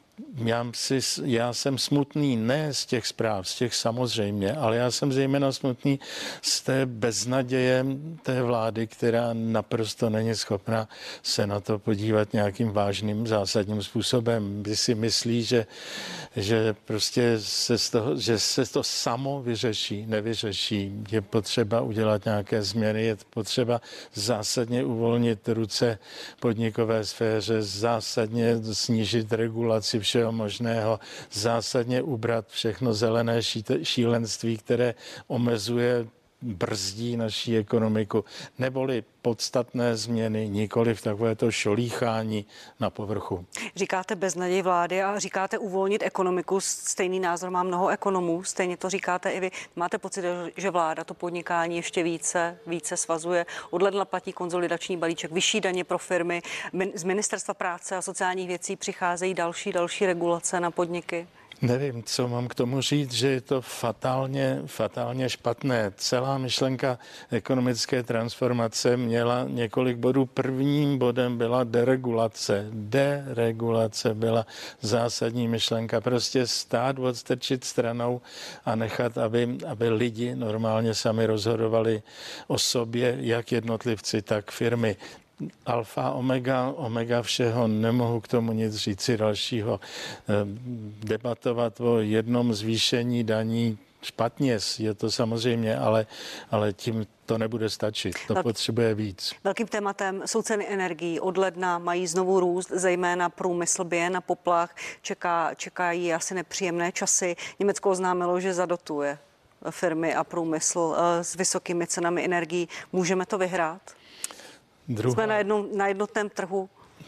Já jsem smutný ne z těch zpráv, z těch samozřejmě, ale já jsem zejména smutný z té beznaděje té vlády, která naprosto není schopna se na to podívat nějakým vážným, zásadním způsobem. Vy si myslí, že prostě že se to samo vyřeší, nevyřeší. Je potřeba udělat nějaké změny, je potřeba zásadně uvolnit ruce podnikové sféře, zásadně snížit regulaci všeho možného, zásadně ubrat všechno zelené šílenství, které omezuje, brzdí naší ekonomiku, neboli podstatné změny, nikoli v takovéto šolíchání na povrchu. Říkáte beznaděj vlády a říkáte uvolnit ekonomiku. Stejný názor má mnoho ekonomů, stejně to říkáte i vy. Máte pocit, že vláda to podnikání ještě více svazuje? Od ledna platí konsolidační balíček, vyšší daně pro firmy. Z Ministerstva práce a sociálních věcí přicházejí další regulace na podniky. Nevím, co mám k tomu říct, že je to fatálně špatné. Celá myšlenka ekonomické transformace měla několik bodů. Prvním bodem byla deregulace. Deregulace byla zásadní myšlenka. Prostě stát odstrčit stranou a nechat, aby lidi normálně sami rozhodovali o sobě, jak jednotlivci, tak firmy. Alfa, omega všeho, nemohu k tomu nic říci dalšího. Debatovat o jednom zvýšení daní špatně, je to samozřejmě, ale tím to nebude stačit. To potřebuje víc. Velkým tématem jsou ceny energií. Od ledna mají znovu růst, zejména průmysl bije na poplach. Čekají asi nepříjemné časy. Německo oznámilo, že zadotuje firmy a průmysl s vysokými cenami energií. Můžeme to vyhrát? Jsme na jednotném trhu.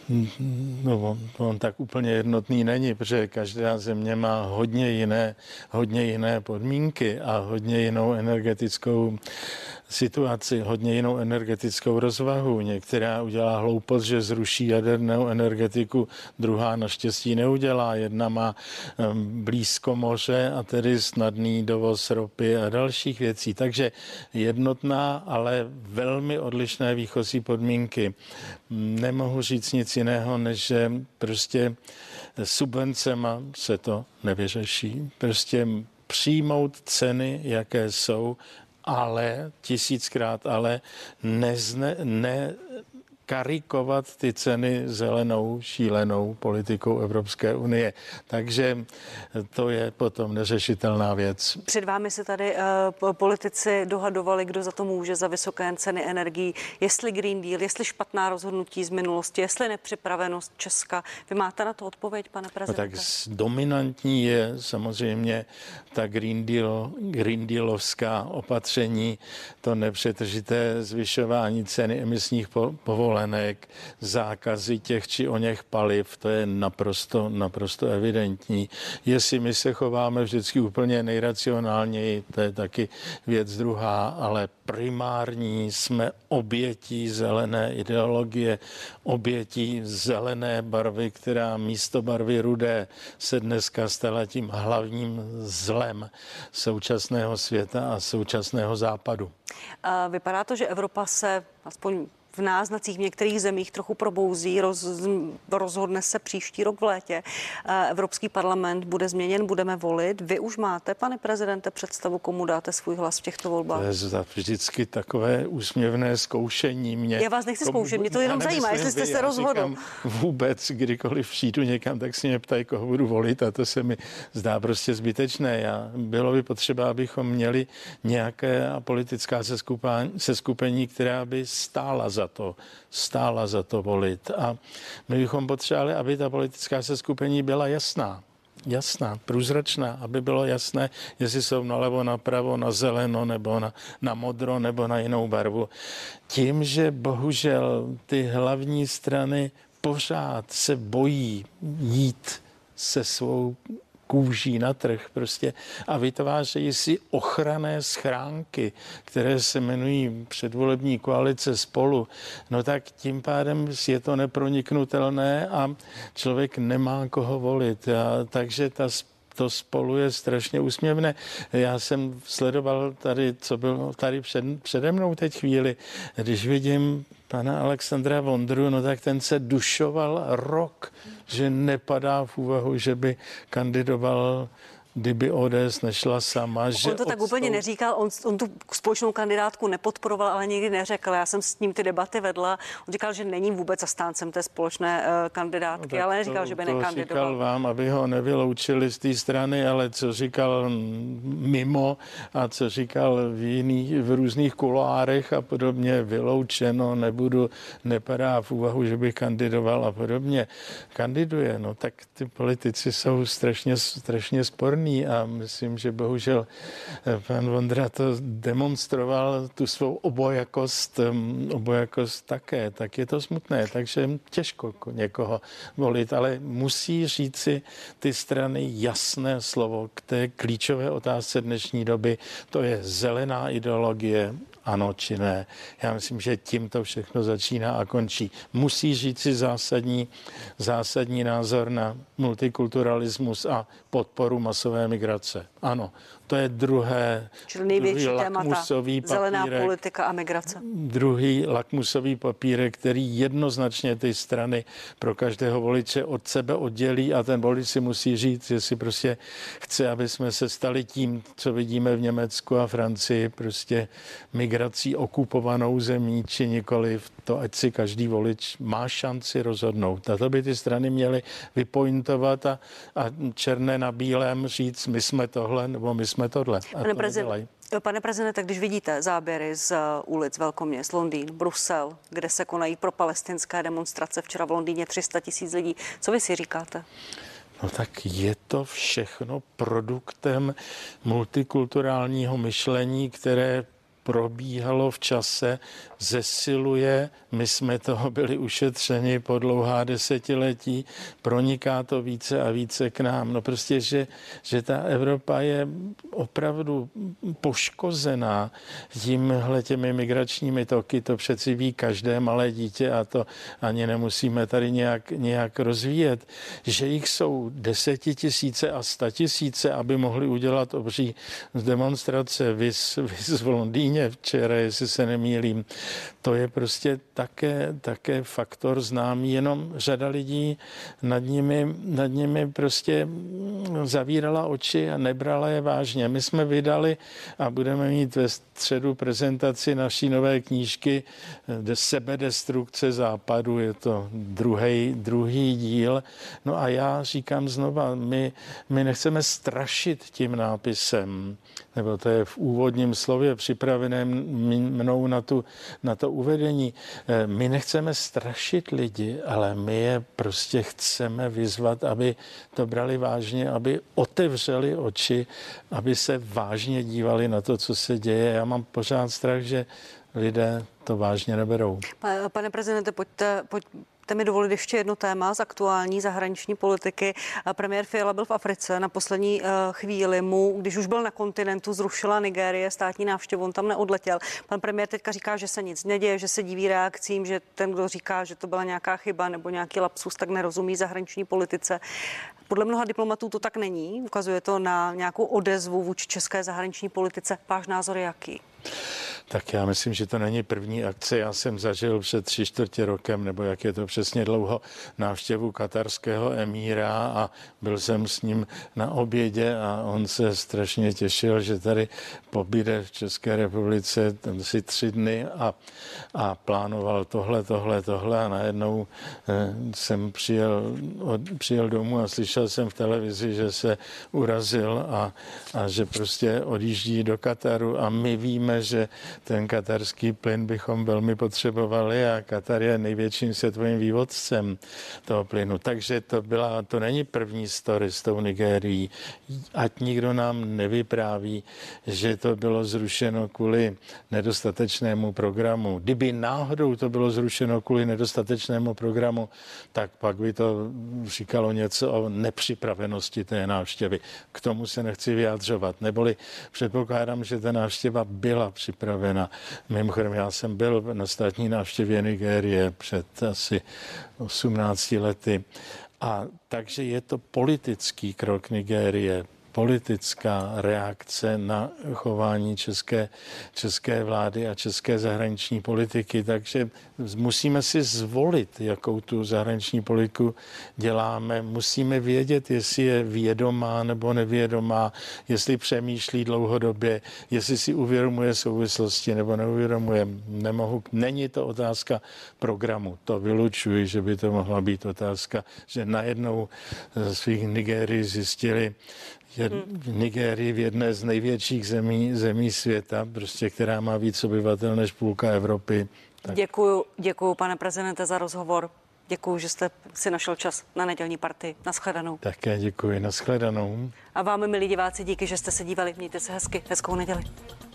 No, on tak úplně jednotný není, protože každá země má hodně jiné podmínky a hodně jinou energetickou situaci, hodně jinou energetickou rozvahu. Některá udělá hloupost, že zruší jadernou energetiku, druhá naštěstí neudělá. Jedna má blízko moře a tedy snadný dovoz ropy a dalších věcí. Takže jednotná, ale velmi odlišné výchozí podmínky. Nemohu říct nic jiného, než že prostě subvencema se to nevyřeší. Prostě přijmout ceny, jaké jsou, ale 1000krát ale karikovat ty ceny zelenou, šílenou politikou Evropské unie. Takže to je potom neřešitelná věc. Před vámi se tady politici dohadovali, kdo za to může, za vysoké ceny energií, jestli Green Deal, jestli špatná rozhodnutí z minulosti, jestli nepřipravenost Česka. Vy máte na to odpověď, pane prezidente? No tak dominantní je samozřejmě ta Green Dealovská opatření, to nepřetržité zvyšování ceny emisních povolenek, zákazy těch či oněch paliv, to je naprosto evidentní. Jestli my se chováme vždycky úplně nejracionálněji, to je taky věc druhá, ale primární jsme obětí zelené ideologie, obětí zelené barvy, která místo barvy rudé se dneska stala tím hlavním zlem současného světa a současného západu. Vypadá to, že Evropa se aspoň v náznacích v některých zemích trochu probouzí, rozhodne se příští rok v létě. Evropský parlament bude změněn, budeme volit. Vy už máte, pane prezidente, představu, komu dáte svůj hlas v těchto volbách? To je vždycky takové úsměvné zkoušení mě. Já vás nechci zkoušet, mě to jenom zajímá, jestli jste se rozhodl. Vůbec, kdykoliv přijdu někam, tak si mě ptají, koho budu volit, a to se mi zdá prostě zbytečné. Bylo by potřeba, abychom měli nějaké politická seskupení, která by stála za to volit. A my bychom potřebovali, aby ta politická seskupení byla jasná, průzračná, aby bylo jasné, jestli jsou nalevo, napravo, na zeleno, nebo na modro, nebo na jinou barvu. Tím, že bohužel ty hlavní strany pořád se bojí jít se svou kůží na trh prostě a vytvářejí si ochranné schránky, které se jmenují předvolební koalice Spolu, no tak tím pádem je to neproniknutelné a člověk nemá koho volit. Takže to Spolu je strašně úsměvné. Já jsem sledoval tady, co bylo tady přede mnou teď chvíli, když vidím pana Alexandra Vondru, no tak ten se dušoval rok, že nepadá v úvahu, že by kandidoval, kdyby ODS nešla sama. On to tak úplně neříkal, on tu společnou kandidátku nepodporoval, ale nikdy neřekl. Já jsem s ním ty debaty vedla. On říkal, že není vůbec zastáncem té společné kandidátky, ale neříkal, že by nekandidoval. To říkal vám, aby ho nevyloučili z té strany, ale co říkal mimo a co říkal v různých kuloárech a podobně, vyloučeno, nepadá v úvahu, že by kandidoval a podobně. Kandiduje, no tak ty politici jsou strašně sporní. A myslím, že bohužel pan Vondra to demonstroval, tu svou obojakost také, tak je to smutné, takže těžko někoho volit, ale musí říci ty strany jasné slovo k té klíčové otázce dnešní doby, to je zelená ideologie, ano či ne. Já myslím, že tím to všechno začíná a končí. Musí říci zásadní názor na multikulturalismus a podporu masové migrace. Ano, to je čili největší témata, zelená politika a migrace. Druhý lakmusový papírek, který jednoznačně ty strany pro každého voliče od sebe oddělí a ten volič si musí říct, jestli prostě chce, aby jsme se stali tím, co vidíme v Německu a Francii, prostě migrací okupovanou zemí, či nikoliv, to ať si každý volič má šanci rozhodnout. A to by ty strany měly vypointovat a černé na bílém říct, my jsme tohle, nebo my jsme tohle. Pane prezidente, když vidíte záběry z ulic velkoměst, Londýn, Brusel, kde se konají propalestinské demonstrace, včera v Londýně 300 000 lidí, co vy si říkáte? No tak je to všechno produktem multikulturálního myšlení, které probíhalo v čase, zesiluje, my jsme toho byli ušetřeni po dlouhá desetiletí, proniká to více a více k nám. No prostě, že ta Evropa je opravdu poškozená těmi migračními toky, to přeci ví každé malé dítě a to ani nemusíme tady nějak rozvíjet. Že jich jsou 10 000 a 100 000, aby mohli udělat obří demonstrace vys v Londýně včera, jestli se nemýlím. To je prostě také faktor známý, jenom řada lidí nad nimi prostě zavírala oči a nebrala je vážně. My jsme vydali a budeme mít ve středu prezentaci naší nové knížky Sebedestrukce západu, je to druhý díl. No a já říkám znova, my nechceme strašit tím nápisem, nebo to je v úvodním slově připraveném mnou na to uvedení. My nechceme strašit lidi, ale my je prostě chceme vyzvat, aby to brali vážně, aby otevřeli oči, aby se vážně dívali na to, co se děje. Já mám pořád strach, že lidé to vážně neberou. Pane prezidente, pojďte mi dovolit ještě jedno téma z aktuální zahraniční politiky. Premiér Fiala byl v Africe. Na poslední chvíli mu, když už byl na kontinentu, zrušila Nigérie státní návštěvu, on tam neodletěl. Pan premiér teďka říká, že se nic neděje, že se diví reakcím, že ten, kdo říká, že to byla nějaká chyba nebo nějaký lapsus, tak nerozumí zahraniční politice. Podle mnoha diplomatů to tak není. Ukazuje to na nějakou odezvu vůči české zahraniční politice. Váš názor je jaký? Tak já myslím, že to není první akce. Já jsem zažil před 3/4 rokem, nebo jak je to přesně dlouho, návštěvu katarského emíra a byl jsem s ním na obědě a on se strašně těšil, že tady pobyde v České republice tam si 3 dny a plánoval tohle a najednou jsem přijel domů a slyšel jsem v televizi, že se urazil a že prostě odjíždí do Kataru a my víme, že ten katarský plyn bychom velmi potřebovali a Katar je největším světovým vývozcem toho plynu. Takže to není první story s tou Nigérií. Ať nikdo nám nevypráví, že to bylo zrušeno kvůli nedostatečnému programu. Kdyby náhodou to bylo zrušeno kvůli nedostatečnému programu, tak pak by to říkalo něco o nepřipravenosti té návštěvy. K tomu se nechci vyjadřovat. Neboli předpokládám, že ta návštěva byla připravena. Mimochodem, já jsem byl na státní návštěvě Nigérie před asi 18 lety. A takže je to politický krok Nigérie, politická reakce na chování české vlády a české zahraniční politiky. Takže musíme si zvolit, jakou tu zahraniční politiku děláme. Musíme vědět, jestli je vědomá nebo nevědomá, jestli přemýšlí dlouhodobě, jestli si uvědomuje souvislosti nebo neuvědomuje. Není to otázka programu. To vylučuji, že by to mohla být otázka, že najednou svých Nigérii zjistili, že v Nigérii, v jedné z největších zemí světa, prostě, která má víc obyvatel než půlka Evropy. Tak. Děkuju, pane prezidente, za rozhovor. Děkuju, že jste si našel čas na nedělní partii. Naschledanou. Také děkuji, naschledanou. A vám, milí diváci, díky, že jste se dívali. Mějte se hezky, hezkou neděli.